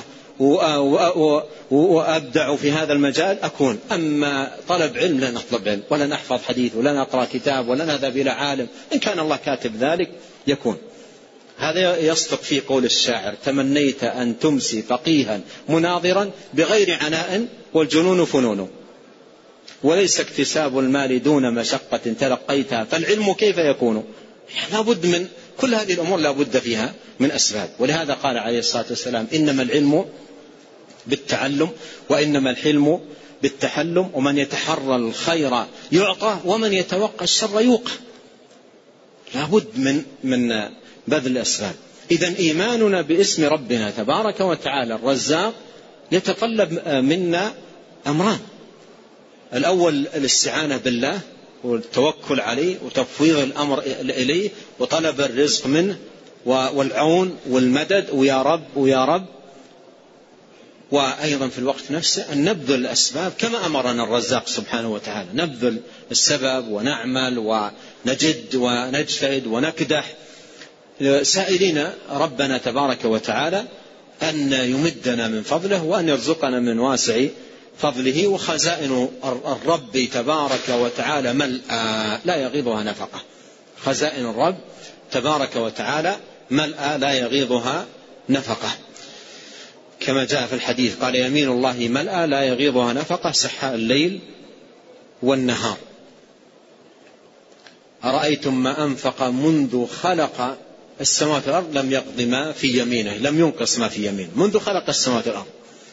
وأبدع في هذا المجال أكون، أما طلب علم لن أطلب علم ولن أحفظ حديث ولن أقرأ كتاب ولن أذهب إلى عالم، إن كان الله كاتب ذلك يكون. هذا يصدق في قول الشاعر تمنيت أن تمسي فقيها مناظرا بغير عناء والجنون فنون، وليس اكتساب المال دون مشقة تلقيتها فالعلم كيف يكون. لا بد من كل هذه الأمور لا بد فيها من أسباب. ولهذا قال عليه الصلاة والسلام إنما العلم بالتعلم وإنما الحلم بالتحلم، ومن يتحرى الخير يعطى ومن يتوقى الشر يوقى. لا بد من بذل الأسباب. إذن إيماننا باسم ربنا تبارك وتعالى الرزاق يتطلب منا أمران: الأول الاستعانة بالله والتوكل عليه وتفويض الأمر إليه وطلب الرزق منه والعون والمدد ويا رب ويا رب، وأيضا في الوقت نفسه أن نبذل الأسباب كما أمرنا الرزاق سبحانه وتعالى، نبذل السبب ونعمل ونجد ونجتهد ونكدح سائلين ربنا تبارك وتعالى أن يمدنا من فضله وأن يرزقنا من واسع فضله. وخزائن الرب تبارك وتعالى ملأى لا يغيضها نفقة، خزائن الرب تبارك وتعالى ملأى لا يغيضها نفقة، كما جاء في الحديث قال يمين الله ملأى لا يغيضها نفقة سحاء الليل والنهار. أرأيتم ما أنفق منذ خلق السماوات والأرض لم يقض ما في يمينه، لم ينقص ما في يمينه منذ خلق السماوات والأرض.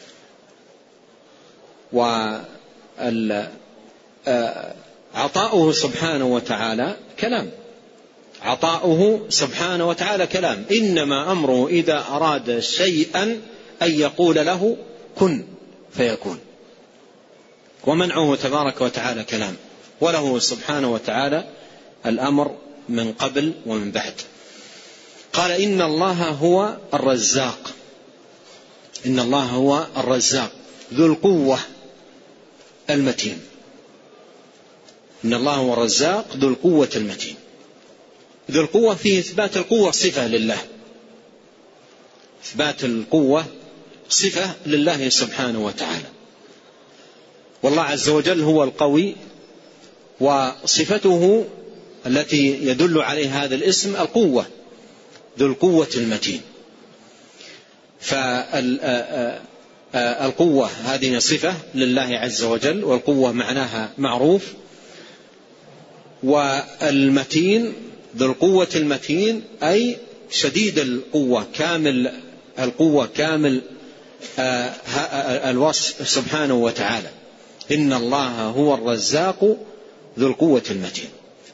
عطاؤه سبحانه وتعالى كلام، عطاؤه سبحانه وتعالى كلام، إنما أمره إذا أراد شيئا أن يقول له كن فيكون. ومنعه تبارك وتعالى كلام، وله سبحانه وتعالى الأمر من قبل ومن بعد. قال إن الله هو الرزاق، إن الله هو الرزاق ذو القوة المتين. إن الله هو الرزاق ذو القوة المتين. ذو القوة فيه إثبات القوة صفة لله، إثبات القوة صفة لله سبحانه وتعالى. والله عز وجل هو القوي، وصفته التي يدل عليه هذا الاسم القوة، ذو القوة المتين. فالقوة هذه صفة لله عز وجل، والقوة معناها معروف. والمتين ذو القوة المتين أي شديد القوة، كامل القوة، كامل الوصف سبحانه وتعالى. إن الله هو الرزاق ذو القوة المتين.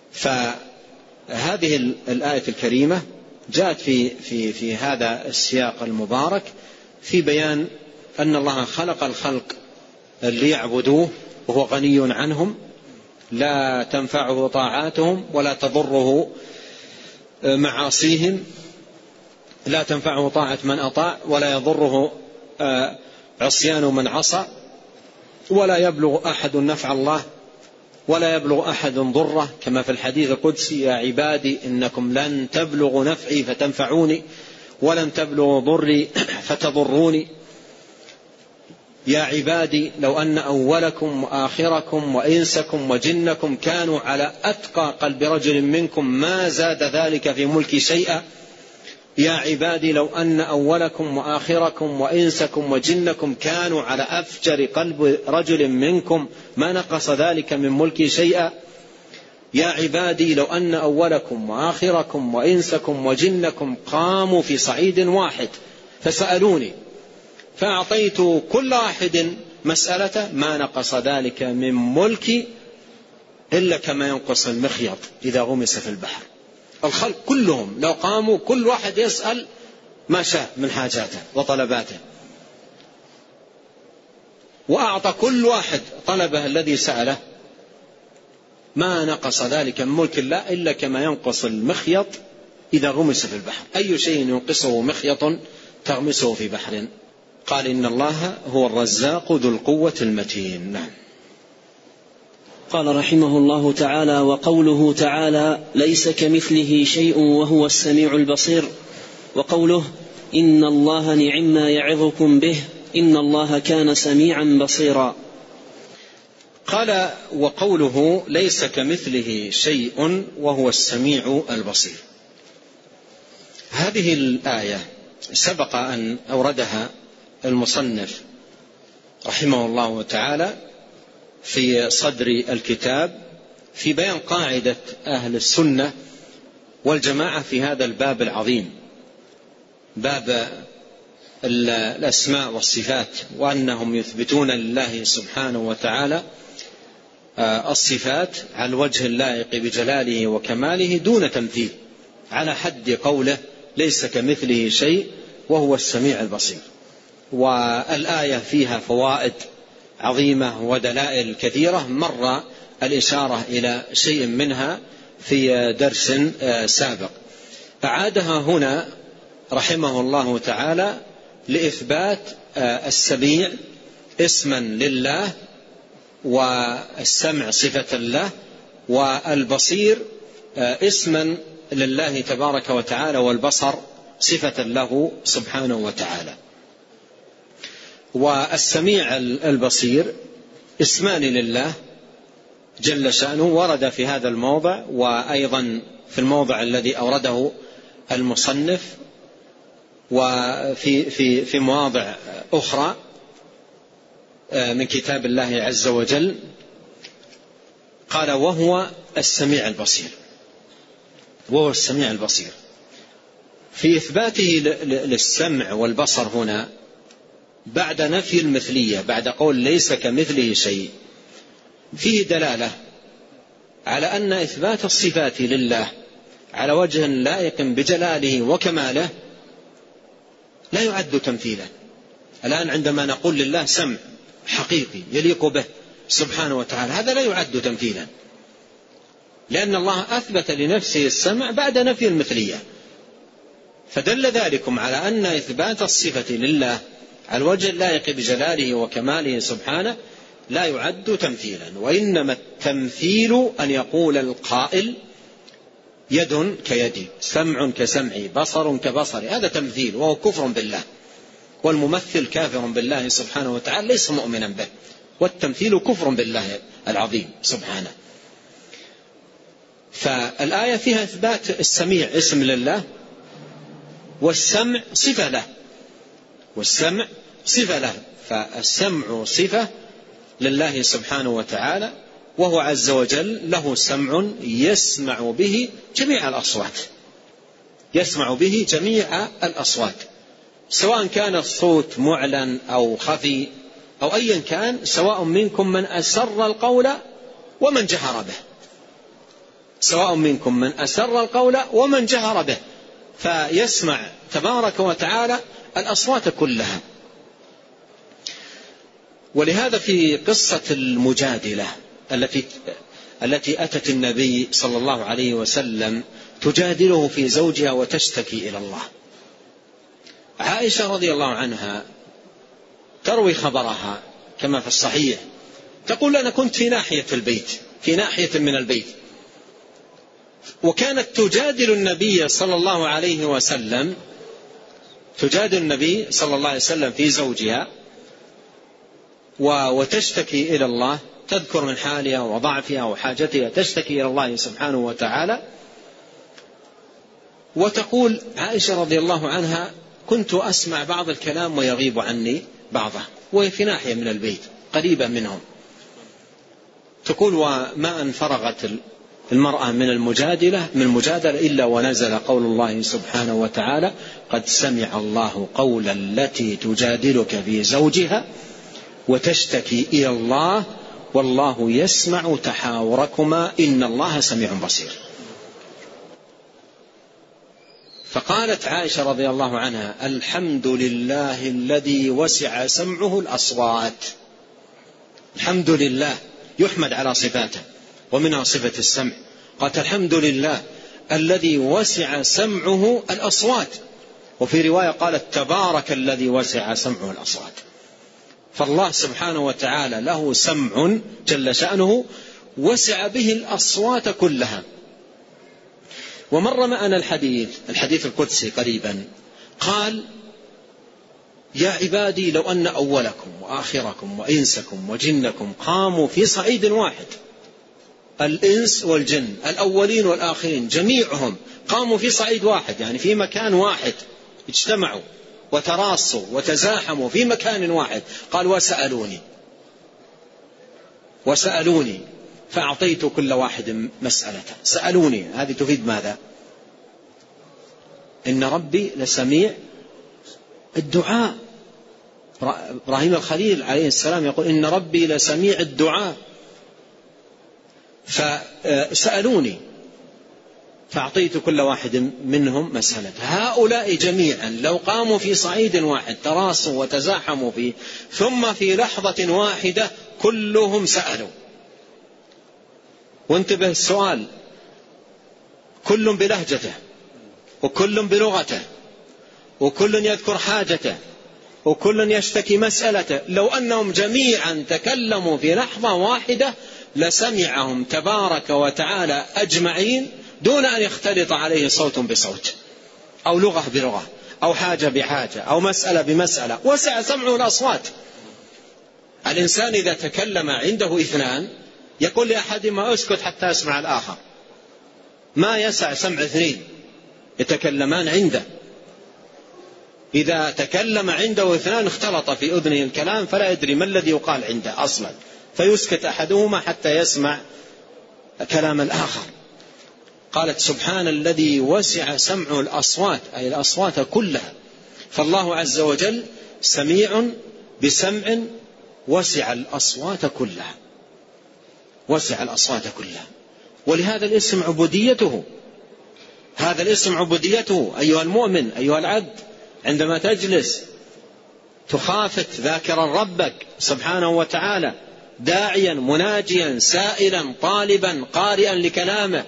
فهذه الآية الكريمة جاءت في هذا السياق المبارك في بيان أن الله خلق الخلق ليعبدوه وهو غني عنهم، لا تنفعه طاعاتهم ولا تضره معاصيهم، لا تنفعه طاعة من أطاع ولا يضره عصيان من عصى. ولا يبلغ أحد نفع الله ولا يبلغ أحد ضره، كما في الحديث القدسي: يا عبادي إنكم لن تبلغوا نفعي فتنفعوني ولن تبلغوا ضري فتضروني. يا عبادي لو أن أولكم وآخركم وإنسكم وجنكم كانوا على أتقى قلب رجل منكم ما زاد ذلك في ملكي شيئا. يا عبادي لو أن أولكم وآخركم وإنسكم وجنكم كانوا على أفجر قلب رجل منكم ما نقص ذلك من ملكي شيئا. يا عبادي لو أن أولكم وآخركم وإنسكم وجنكم قاموا في صعيد واحد فسألوني فأعطيت كل واحد مسألته ما نقص ذلك من ملكي إلا كما ينقص المخيط إذا غمس في البحر. الخلق كلهم لو قاموا كل واحد يسأل ما شاء من حاجاته وطلباته، وأعطى كل واحد طلبه الذي سأله، ما نقص ذلك من ملك الله إلا كما ينقص المخيط إذا غمس في البحر. أي شيء ينقصه مخيط تغمسه في بحر. قال إن الله هو الرزاق ذو القوة المتين. نعم. قال رحمه الله تعالى: وقوله تعالى: ليس كمثله شيء وهو السميع البصير. وقوله: إن الله نعما يعظكم به إن الله كان سميعا بصيرا. قال: وقوله ليس كمثله شيء وهو السميع البصير، هذه الآية سبق أن أوردها المصنف رحمه الله تعالى في صدر الكتاب في بيان قاعدة أهل السنة والجماعة في هذا الباب العظيم، باب الأسماء والصفات، وأنهم يثبتون لله سبحانه وتعالى الصفات على الوجه اللائق بجلاله وكماله دون تمثيل، على حد قوله ليس كمثله شيء وهو السميع البصير. والآية فيها فوائد عظيمة ودلائل كثيرة مر الإشارة إلى شيء منها في درس سابق، أعادها هنا رحمه الله تعالى لإثبات السميع اسما لله، والسمع صفة له، والبصير اسما لله تبارك وتعالى، والبصر صفة له سبحانه وتعالى. والسميع البصير اسمان لله جل شأنه، ورد في هذا الموضع وأيضا في الموضع الذي أورده المصنف وفي مواضع أخرى من كتاب الله عز وجل. قال: وهو السميع البصير، وهو السميع البصير. في إثباته للسمع والبصر هنا بعد نفي المثلية، بعد قول ليس كمثله شيء، فيه دلالة على أن إثبات الصفات لله على وجه لائق بجلاله وكماله لا يعد تمثيلا. الآن عندما نقول لله سمع حقيقي يليق به سبحانه وتعالى، هذا لا يعد تمثيلا، لأن الله أثبت لنفسه السمع بعد نفي المثلية، فدل ذلكم على أن إثبات الصفة لله على الوجه اللائق بجلاله وكماله سبحانه لا يعد تمثيلا، وإنما التمثيل أن يقول القائل يد كيدي، سمع كسمعي، بصر كبصري، هذا تمثيل وهو كفر بالله، والممثل كافر بالله سبحانه وتعالى ليس مؤمنا به، والتمثيل كفر بالله العظيم سبحانه. فالآية فيها إثبات السميع اسم لله، والسمع صفة له، والسمع صفة له، فالسمع صفة لله سبحانه وتعالى، وهو عز وجل له سمع يسمع به جميع الأصوات، يسمع به جميع الأصوات، سواء كان الصوت معلن أو خفي أو أيا كان، سواء منكم من أسر القول ومن جهر به، سواء منكم من أسر القول ومن جهر به، فيسمع تبارك وتعالى الأصوات كلها. ولهذا في قصة المجادلة التي أتت النبي صلى الله عليه وسلم تجادله في زوجها وتشتكي إلى الله، عائشة رضي الله عنها تروي خبرها كما في الصحيح تقول أنا كنت في ناحية البيت، في ناحية من البيت، وكانت تجادل النبي صلى الله عليه وسلم، تجادل النبي صلى الله عليه وسلم في زوجها، وتشتكي إلى الله، تذكر من حالها وضعفها وحاجتها، تشتكي إلى الله سبحانه وتعالى. وتقول عائشة رضي الله عنها كنت أسمع بعض الكلام ويغيب عني بعضه، وهي في ناحية من البيت قريبة منهم. تقول وما أن فرغت المرأة من المجادلة إلا ونزل قول الله سبحانه وتعالى قد سمع الله قول التي تجادلك في زوجها وتشتكي إلى الله والله يسمع تحاوركما إن الله سميع بصير. فقالت عائشة رضي الله عنها الحمد لله الذي وسع سمعه الأصوات. الحمد لله يحمد على صفاته ومنها صفة السمع. قالت الحمد لله الذي وسع سمعه الأصوات، وفي رواية قالت تبارك الذي وسع سمعه الأصوات. فالله سبحانه وتعالى له سمع جل شأنه وسع به الأصوات كلها. ومر معنا الحديث القدسي قريبا، قال يا عبادي لو أن أولكم وآخركم وإنسكم وجنكم قاموا في صعيد واحد، الإنس والجن الأولين والآخرين جميعهم قاموا في صعيد واحد، يعني في مكان واحد، اجتمعوا وتراصوا وتزاحموا في مكان واحد، قال وسألوني فأعطيت كل واحد مسألته. سألوني هذه تفيد ماذا؟ إن ربي لسميع الدعاء. إبراهيم الخليل عليه السلام يقول إن ربي لسميع الدعاء. فسألوني فأعطيت كل واحد منهم مسألة. هؤلاء جميعا لو قاموا في صعيد واحد تراصوا وتزاحموا فيه ثم في لحظة واحدة كلهم سألوا. وانتبه السؤال كل بلهجته وكل بلغته وكل يذكر حاجته وكل يشتكي مسألته، لو أنهم جميعا تكلموا في لحظة واحدة لسمعهم تبارك وتعالى أجمعين دون أن يختلط عليه صوت بصوت أو لغة بلغة أو حاجة بحاجة أو مسألة بمسألة. وسع سمعه الأصوات. الإنسان إذا تكلم عنده اثنان يقول لأحدهما اسكت حتى يسمع الآخر، ما يسع سمع اثنين يتكلمان عنده. إذا تكلم عنده اثنان اختلط في أذنه الكلام فلا يدري ما الذي يقال عنده أصلا، فيسكت أحدهما حتى يسمع كلام الآخر. قالت سبحان الذي وسع سمعه الأصوات، أي الأصوات كلها. فالله عز وجل سميع بسمع وسع الأصوات كلها، وسع الأصوات كلها. ولهذا الاسم عبوديته، هذا الاسم عبوديته أيها المؤمن أيها العبد. عندما تجلس تخافت ذاكرا ربك سبحانه وتعالى، داعيا مناجيا سائلا طالبا قارئا لكلامه،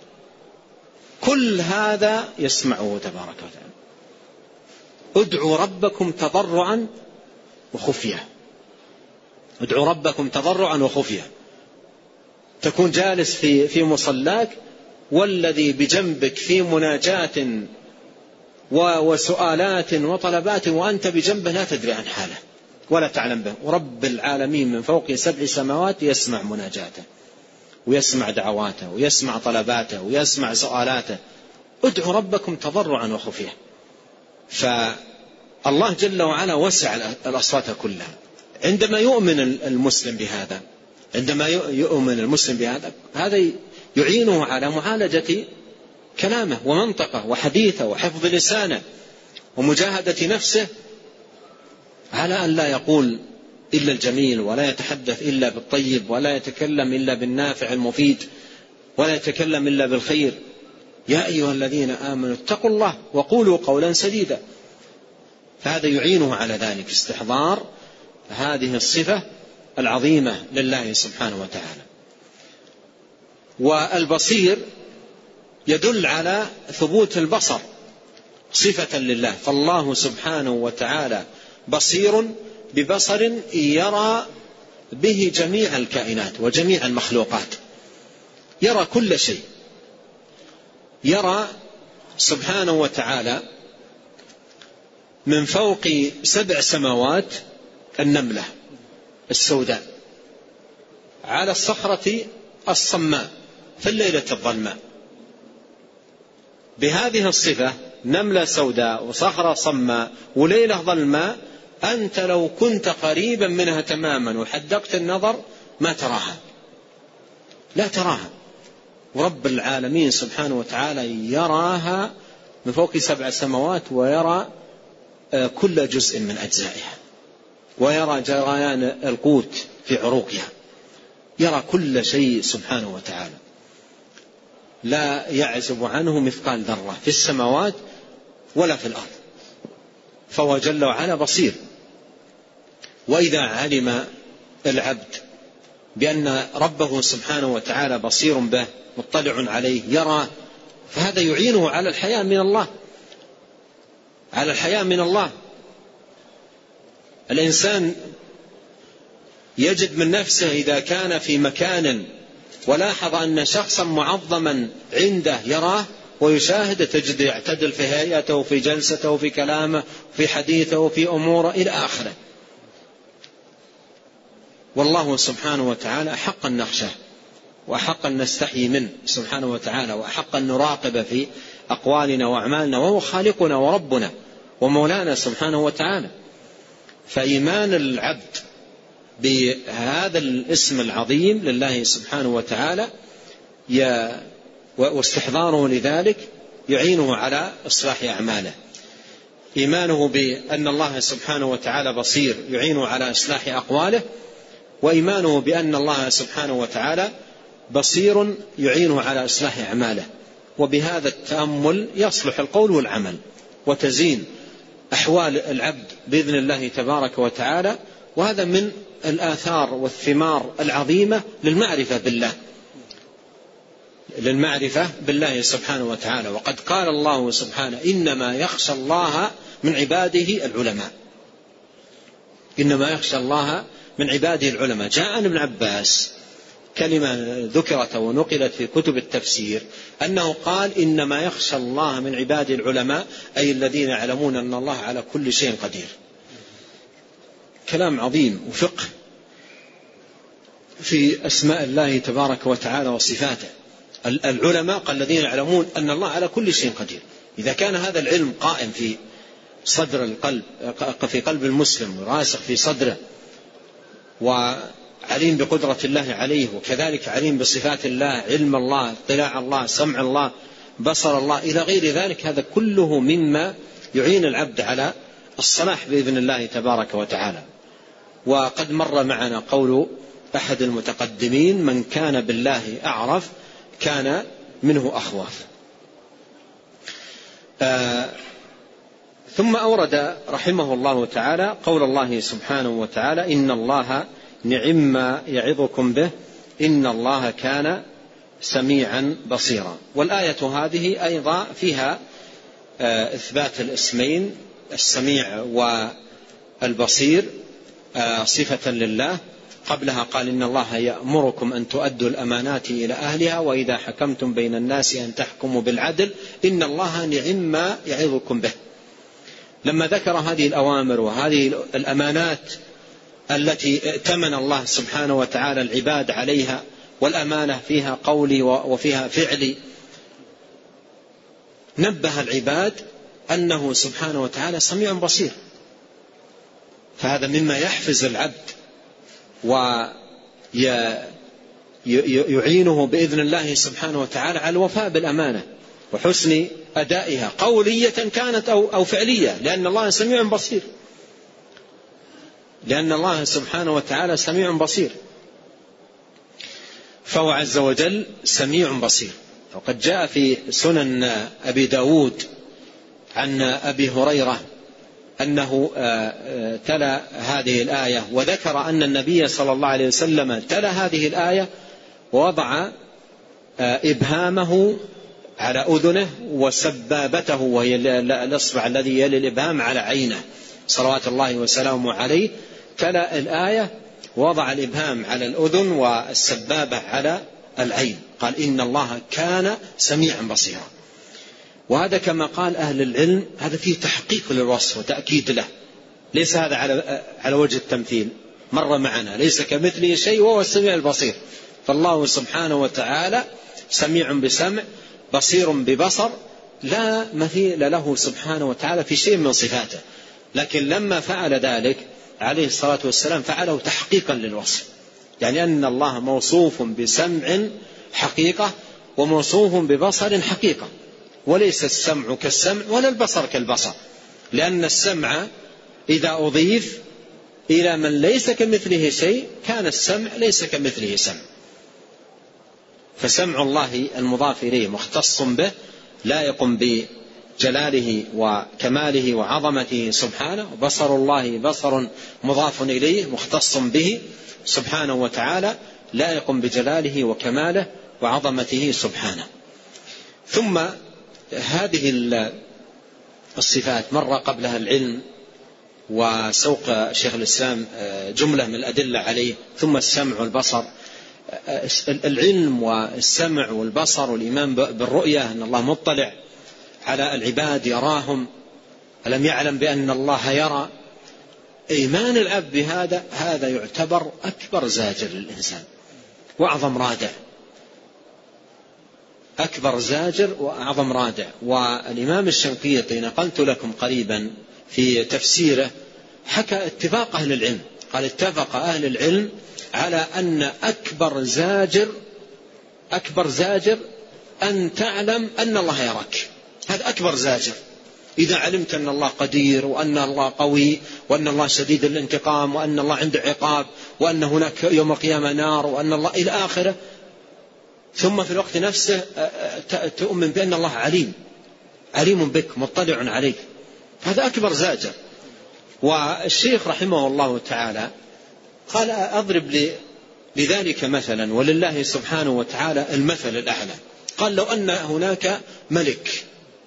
كل هذا يسمعه تبارك وتعالى. ادعوا ربكم تضرعا وخفية، ادعوا ربكم تضرعا وخفية. تكون جالس في مصلاك والذي بجنبك في مناجاة وسؤالات وطلبات وأنت بجنبه لا تدري عن حاله ولا تعلم به، ورب العالمين من فوق 7 سماوات يسمع مناجاته ويسمع دعواته ويسمع طلباته ويسمع سؤالاته. ادعوا ربكم تضرعا وخفية. فالله جل وعلا وسع الأصوات كلها. عندما يؤمن المسلم بهذا، عندما يؤمن المسلم بهذا، هذا يعينه على معالجة كلامه ومنطقه وحديثه وحفظ لسانه ومجاهدة نفسه على أن لا يقول إلا الجميل ولا يتحدث إلا بالطيب ولا يتكلم إلا بالنافع المفيد ولا يتكلم إلا بالخير. يا أيها الذين آمنوا اتقوا الله وقولوا قولا سديدا. فهذا يعينه على ذلك، استحضار هذه الصفة العظيمة لله سبحانه وتعالى. والبصير يدل على ثبوت البصر صفة لله، فالله سبحانه وتعالى بصير ببصر يرى به جميع الكائنات وجميع المخلوقات، يرى كل شيء. يرى سبحانه وتعالى من فوق 7 سماوات النملة السوداء على الصخرة الصماء في الليلة الظلماء. بهذه الصفة، نملة سوداء وصخرة صماء وليلة ظلماء، أنت لو كنت قريبا منها تماما وحدقت النظر ما تراها، لا تراها. ورب العالمين سبحانه وتعالى يراها من فوق 7 سماوات، ويرى كل جزء من أجزائها، ويرى جريان القوت في عروقها، يرى كل شيء سبحانه وتعالى، لا يعزب عنه مثقال ذرة في السماوات ولا في الأرض، فهو جل وعلا بصير. وإذا علم العبد بأن ربه سبحانه وتعالى بصير به مطلع عليه يراه، فهذا يعينه على الحياة من الله، على الحياة من الله. الإنسان يجد من نفسه إذا كان في مكان ولاحظ أن شخصا معظما عنده يراه ويشاهد، تجد يعتدل في هيئته، في جلسته، في كلامه، في حديثه، في أموره إلى آخره. والله سبحانه وتعالى أحق أن نخشاه، وأحق أن نستحيي منه سبحانه وتعالى، وأحق أن نراقب في أقوالنا وأعمالنا، وهو خالقنا وربنا ومولانا سبحانه وتعالى. فإيمان العبد بهذا الاسم العظيم لله سبحانه وتعالى واستحضاره لذلك يعينه على إصلاح أعماله. إيمانه بأن الله سبحانه وتعالى بصير يعينه على إصلاح أقواله، وإيمانه بأن الله سبحانه وتعالى بصير يعينه على إصلاح أعماله. وبهذا التأمل يصلح القول والعمل، وتزين أحوال العبد بإذن الله تبارك وتعالى. وهذا من الآثار والثمار العظيمة للمعرفة بالله سبحانه وتعالى. وقد قال الله سبحانه: إنما يخشى الله من عباده العلماء، إنما يخشى الله من عباده العلماء. جاء عن ابن عباس كلمة ذكرت ونقلت في كتب التفسير أنه قال: إنما يخشى الله من عباده العلماء، أي الذين يعلمون أن الله على كل شيء قدير. كلام عظيم وفقه في أسماء الله تبارك وتعالى وصفاته. العلماء الذين يعلمون أن الله على كل شيء قدير. إذا كان هذا العلم قائم في صدر القلب، في قلب المسلم، وراسخ في صدره، وعليم بقدرة الله عليه، وكذلك عليم بصفات الله، علم الله، اطلاع الله، سمع الله، بصر الله، إلى غير ذلك، هذا كله مما يعين العبد على الصلاح بإذن الله تبارك وتعالى. وقد مر معنا قول أحد المتقدمين: من كان بالله أعرف كان منه أخواف. ثم أورد رحمه الله تعالى قول الله سبحانه وتعالى: إن الله نعم يعظكم به إن الله كان سميعا بصيرا. والآية هذه أيضا فيها إثبات الاسمين السميع والبصير صفة لله. قبلها قال: إن الله يأمركم أن تؤدوا الأمانات إلى أهلها وإذا حكمتم بين الناس أن تحكموا بالعدل إن الله نعم يعظكم به. لما ذكر هذه الأوامر وهذه الأمانات التي ائتمن الله سبحانه وتعالى العباد عليها، والأمانة فيها قولي وفيها فعلي، نبه العباد أنه سبحانه وتعالى سميع بصير. فهذا مما يحفز العبد ويعينه بإذن الله سبحانه وتعالى على الوفاء بالأمانة وحسن أدائها، قولية كانت أو فعلية، لأن الله سميع بصير، لأن الله سبحانه وتعالى سميع بصير، فهو عز وجل سميع بصير. وقد جاء في سنن أبي داود عن أبي هريرة أنه تلا هذه الآية، وذكر أن النبي صلى الله عليه وسلم تلا هذه الآية ووضع إبهامه على أذنه وسبابته وهي الإصبع الذي يلي الإبهام على عينه صلوات الله وسلامه عليه. تلا الآية وضع الإبهام على الأذن والسبابة على العين، قال إن الله كان سميعا بصيرا. وهذا كما قال أهل العلم هذا فيه تحقيق للوصف وتأكيد له، ليس هذا على وجه التمثيل، مر معنا ليس كمثله شيء وهو السميع البصير. فالله سبحانه وتعالى سميع بسمع بصير ببصر، لا مثيل له سبحانه وتعالى في شيء من صفاته. لكن لما فعل ذلك عليه الصلاة والسلام فعله تحقيقا للوصف، يعني أن الله موصوف بسمع حقيقة وموصوف ببصر حقيقة، وليس السمع كالسمع ولا البصر كالبصر، لأن السمع إذا أضيف إلى من ليس كمثله شيء كان السمع ليس كمثله سمع. فسمع الله المضاف إليه مختص به لا يقوم بجلاله وكماله وعظمته سبحانه، وبصر الله بصر مضاف إليه مختص به سبحانه وتعالى لا يقوم بجلاله وكماله وعظمته سبحانه. ثم هذه الصفات مر قبلها العلم وسوق شيخ الإسلام جملة من الأدلة عليه، ثم السمع والبصر. العلم والسمع والبصر والإيمان بالرؤية أن الله مطلع على العباد يراهم، ألم يعلم بأن الله يرى. إيمان العبد بهذا هذا يعتبر أكبر زاجر للإنسان وأعظم رادع، أكبر زاجر وأعظم رادع. والإمام الشنقيطي نقلت لكم قريبا في تفسيره حكى اتفاق أهل العلم، قال اتفق أهل العلم على أن أكبر زاجر أن تعلم أن الله يراك، هذا أكبر زاجر. إذا علمت أن الله قدير وأن الله قوي وأن الله شديد الانتقام وأن الله عنده عقاب وأن هناك يوم القيامة نار وأن الله إلى آخره، ثم في الوقت نفسه تؤمن بأن الله عليم بك مطلع عليك، هذا أكبر زاجر. والشيخ رحمه الله تعالى قال أضرب لذلك مثلا، ولله سبحانه وتعالى المثل الأعلى. قال لو أن هناك ملك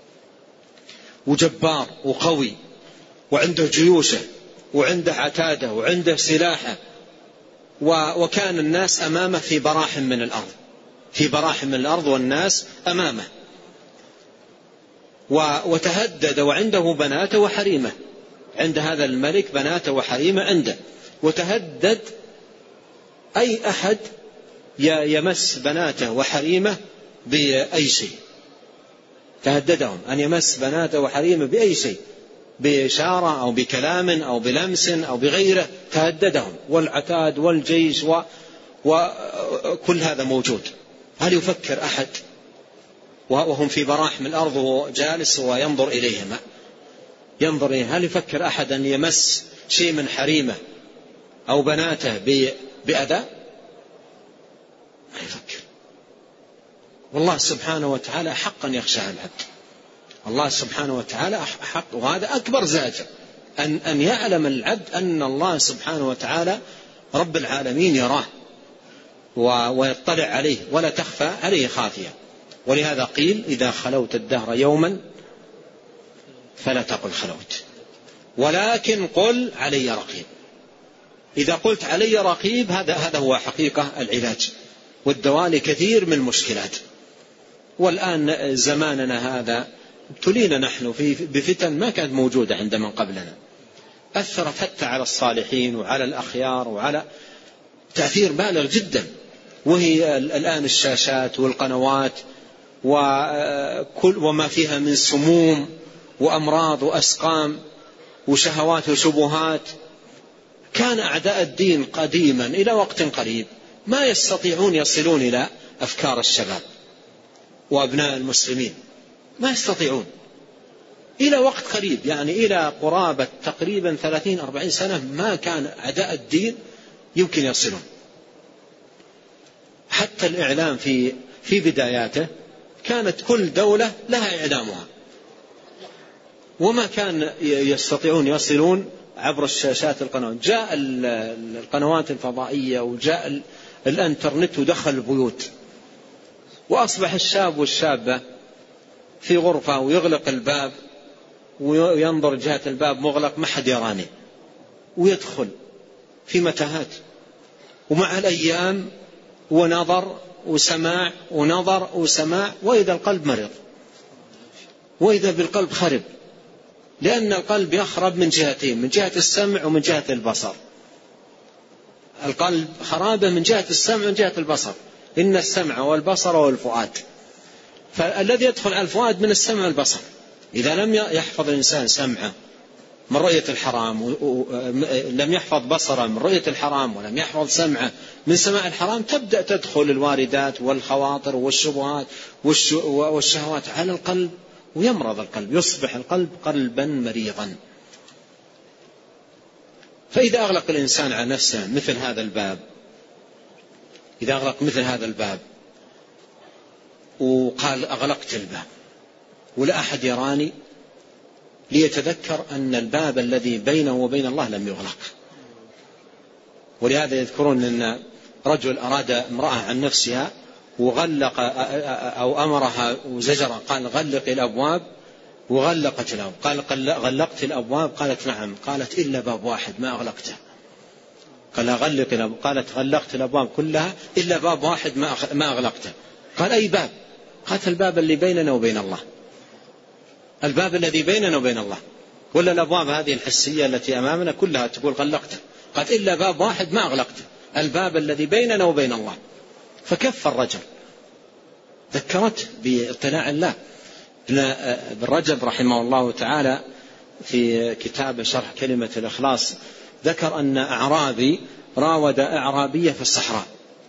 وجبار وقوي وعنده جيوشه وعنده عتاده وعنده سلاحه، وكان الناس أمامه في براحم من الأرض والناس أمامه، وتهدد وعنده بناته وحريمه، عند هذا الملك بناته وحريمه عنده، وتهدد أي أحد يمس بناته وحريمه بأي شيء، تهددهم أن يمس بناته وحريمه بأي شيء، بإشارة أو بكلام أو بلمس أو بغيره، تهددهم، والعتاد والجيش وكل هذا موجود. هل يفكر أحد وهم في براحم الأرض وجالس وينظر إليهم، هل يفكر أحد أن يمس شيء من حريمه أو بناته بأذى؟ ما يفكر. والله سبحانه وتعالى حقا يخشى العبد، الله سبحانه وتعالى حق، وهذا أكبر زاجر أن يعلم العبد أن الله سبحانه وتعالى رب العالمين يراه ويطلع عليه ولا تخفى عليه خافية. ولهذا قيل إذا خلوت الدهر يوما فلا تقل خلوت، ولكن قل علي رقيب. إذا قلت علي رقيب هذا هو حقيقة العلاج والدواء لكثير من المشكلات. والآن زماننا هذا ابتلينا نحن بفتن ما كانت موجودة عند من قبلنا، أثرت حتى على الصالحين وعلى الأخيار وعلى تأثير بالغ جدا. وهي الآن الشاشات والقنوات وما فيها من سموم وأمراض وأسقام وشهوات وشبهات. كان أعداء الدين قديما إلى وقت قريب ما يستطيعون يصلون إلى أفكار الشباب وأبناء المسلمين، ما يستطيعون إلى وقت قريب، يعني إلى قرابة تقريبا 30-40 سنة ما كان أعداء الدين يمكن يصلون. حتى الإعلام في بداياته كانت كل دولة لها إعلامها، وما كان يستطيعون يصلون عبر الشاشات القنوات. جاء القنوات الفضائية وجاء الانترنت ودخل البيوت، وأصبح الشاب والشابة في غرفة ويغلق الباب وينظر جهة الباب مغلق ما حد يراني، ويدخل في متاهات ومع الأيام ونظر وسماع ونظر وسماع، وإذا القلب مرض، وإذا بالقلب خرب، لأن القلب يخرب من جهتين، من جهة السمع ومن جهة البصر. القلب خرابه من جهة السمع ومن جهة البصر، إن السمع والبصر والفؤاد، فالذي يدخل على الفؤاد من السمع والبصر. إذا لم يحفظ الإنسان سمعه من رؤية الحرام، لم يحفظ بصره من رؤية الحرام، ولم يحفظ سمعه من سماع الحرام، تبدأ تدخل الواردات والخواطر والشبهات والشهوات على القلب، ويمرض القلب، يصبح القلب قلبا مريضا. فإذا أغلق الإنسان على نفسه مثل هذا الباب، إذا أغلق مثل هذا الباب وقال أغلقت الباب ولا أحد يراني، ليتذكر أن الباب الذي بينه وبين الله لم يغلق. ولهذا يذكرون أن رجل أراد امرأة عن نفسها وغلق أو أمرها وزجر، قال غلق الأبواب، وغلقت الأبواب. قال غلقت الأبواب؟ قالت نعم. قالت إلا باب واحد ما أغلقته. قال غلق الأبواب، قالت غلقت الأبواب كلها إلا باب واحد ما أغلقته. قال أي باب؟ قالت الباب اللي بيننا وبين الله، الباب الذي بيننا وبين الله، ولا الأبواب هذه الحسية التي أمامنا كلها تقول غلقته؟ قالت إلا باب واحد ما أغلقته، الباب الذي بيننا وبين الله. فكف الرجل، ذكرت باطلاع الله. ابن رجب رحمه الله تعالى في كتاب شرح كلمة الإخلاص ذكر أن أعرابي راود أعرابية في الصحراء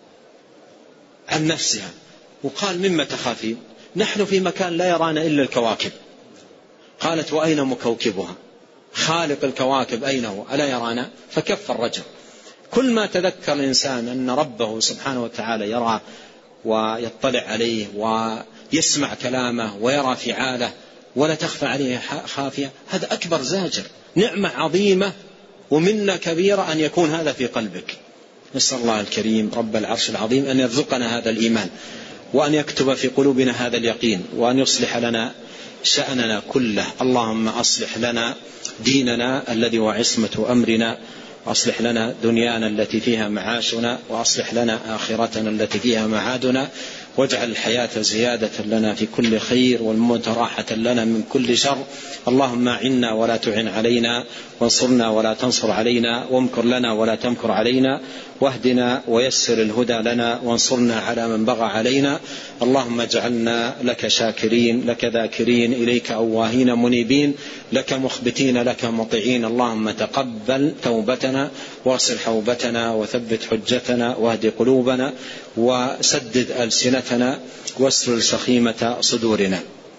عن نفسها، وقال مما تخافين؟ نحن في مكان لا يرانا إلا الكواكب. قالت وأين مكوكبها؟ خالق الكواكب أين هو؟ ألا يرانا؟ فكف الرجل. كل ما تذكر الإنسان أن ربه سبحانه وتعالى يرى ويطلع عليه ويسمع كلامه ويرى فعاله ولا تخفى عليه خافية، هذا أكبر زاجر، نعمة عظيمة ومنة كبيرة أن يكون هذا في قلبك. نسأل الله الكريم رب العرش العظيم أن يرزقنا هذا الإيمان، وأن يكتب في قلوبنا هذا اليقين، وأن يصلح لنا شأننا كله. اللهم أصلح لنا ديننا الذي هو عصمة أمرنا، وأصلح لنا دنيانا التي فيها معاشنا، وأصلح لنا آخرتنا التي فيها معادنا، واجعل الحياة زيادة لنا في كل خير، والموت راحة لنا من كل شر. اللهم أعنا ولا تعن علينا، وانصرنا ولا تنصر علينا، وامكر لنا ولا تمكر علينا، واهدنا ويسر الهدى لنا، وانصرنا على من بغى علينا. اللهم اجعلنا لك شاكرين، لك ذاكرين، إليك أواهين منيبين، لك مخبتين، لك مطيعين. اللهم تقبل توبتنا، واغسل حوبتنا، وثبت حجتنا، واهد قلوبنا، وسدد ألسنتنا، واسلل سخيمة صدورنا.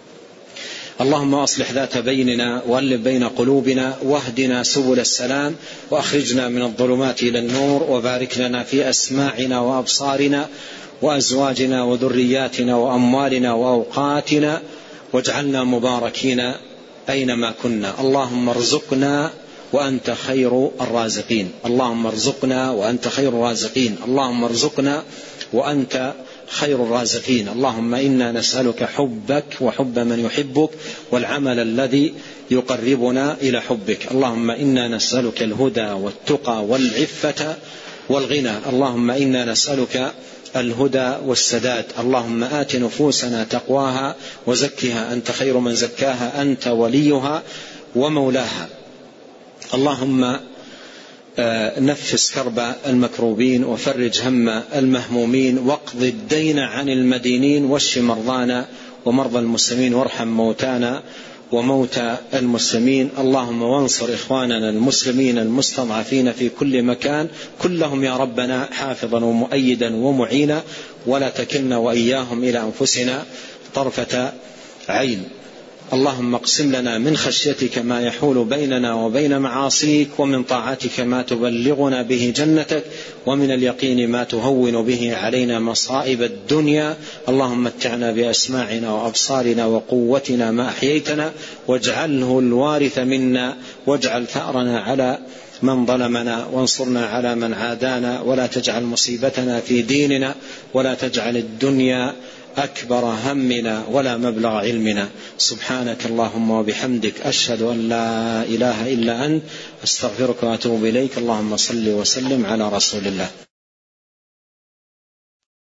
اللهم أصلح ذات بيننا، وألف بين قلوبنا، واهدنا سبل السلام، وأخرجنا من الظلمات إلى النور، وبارك لنا في أسماعنا وأبصارنا وأزواجنا وذرياتنا وأموالنا وأوقاتنا، واجعلنا مباركين أينما كنا. اللهم ارزقنا وأنت خير الرازقين، اللهم ارزقنا وأنت خير الرازقين، اللهم ارزقنا وأنت خير الرازقين. اللهم إنا نسألك حبك وحب من يحبك، والعمل الذي يقربنا إلى حبك. اللهم إنا نسألك الهدى والتقى والعفة والغنى. اللهم إنا نسألك الهدى والسداد. اللهم آت نفوسنا تقواها وزكها أنت خير من زكاها، أنت وليها ومولاها. اللهم نفس كرب المكروبين، وفرج هم المهمومين، واقض الدين عن المدينين، واشف مرضانا ومرضى المسلمين، وارحم موتانا وموتى المسلمين. اللهم وانصر إخواننا المسلمين المستضعفين في كل مكان، كلهم يا ربنا حافظا ومؤيدا ومعينا، ولا تكلنا وإياهم إلى أنفسنا طرفة عين. اللهم اقسم لنا من خشيتك ما يحول بيننا وبين معاصيك، ومن طاعتك ما تبلغنا به جنتك، ومن اليقين ما تهون به علينا مصائب الدنيا. اللهم متعنا بأسماعنا وأبصارنا وقوتنا ما أحييتنا، واجعله الوارث منا، واجعل ثأرنا على من ظلمنا، وانصرنا على من عادانا، ولا تجعل مصيبتنا في ديننا، ولا تجعل الدنيا أكبر همنا ولا مبلغ علمنا. سبحانك اللهم وبحمدك، أشهد أن لا إله إلا أنت، أستغفرك وأتوب إليك. اللهم صل وسلم على رسول الله.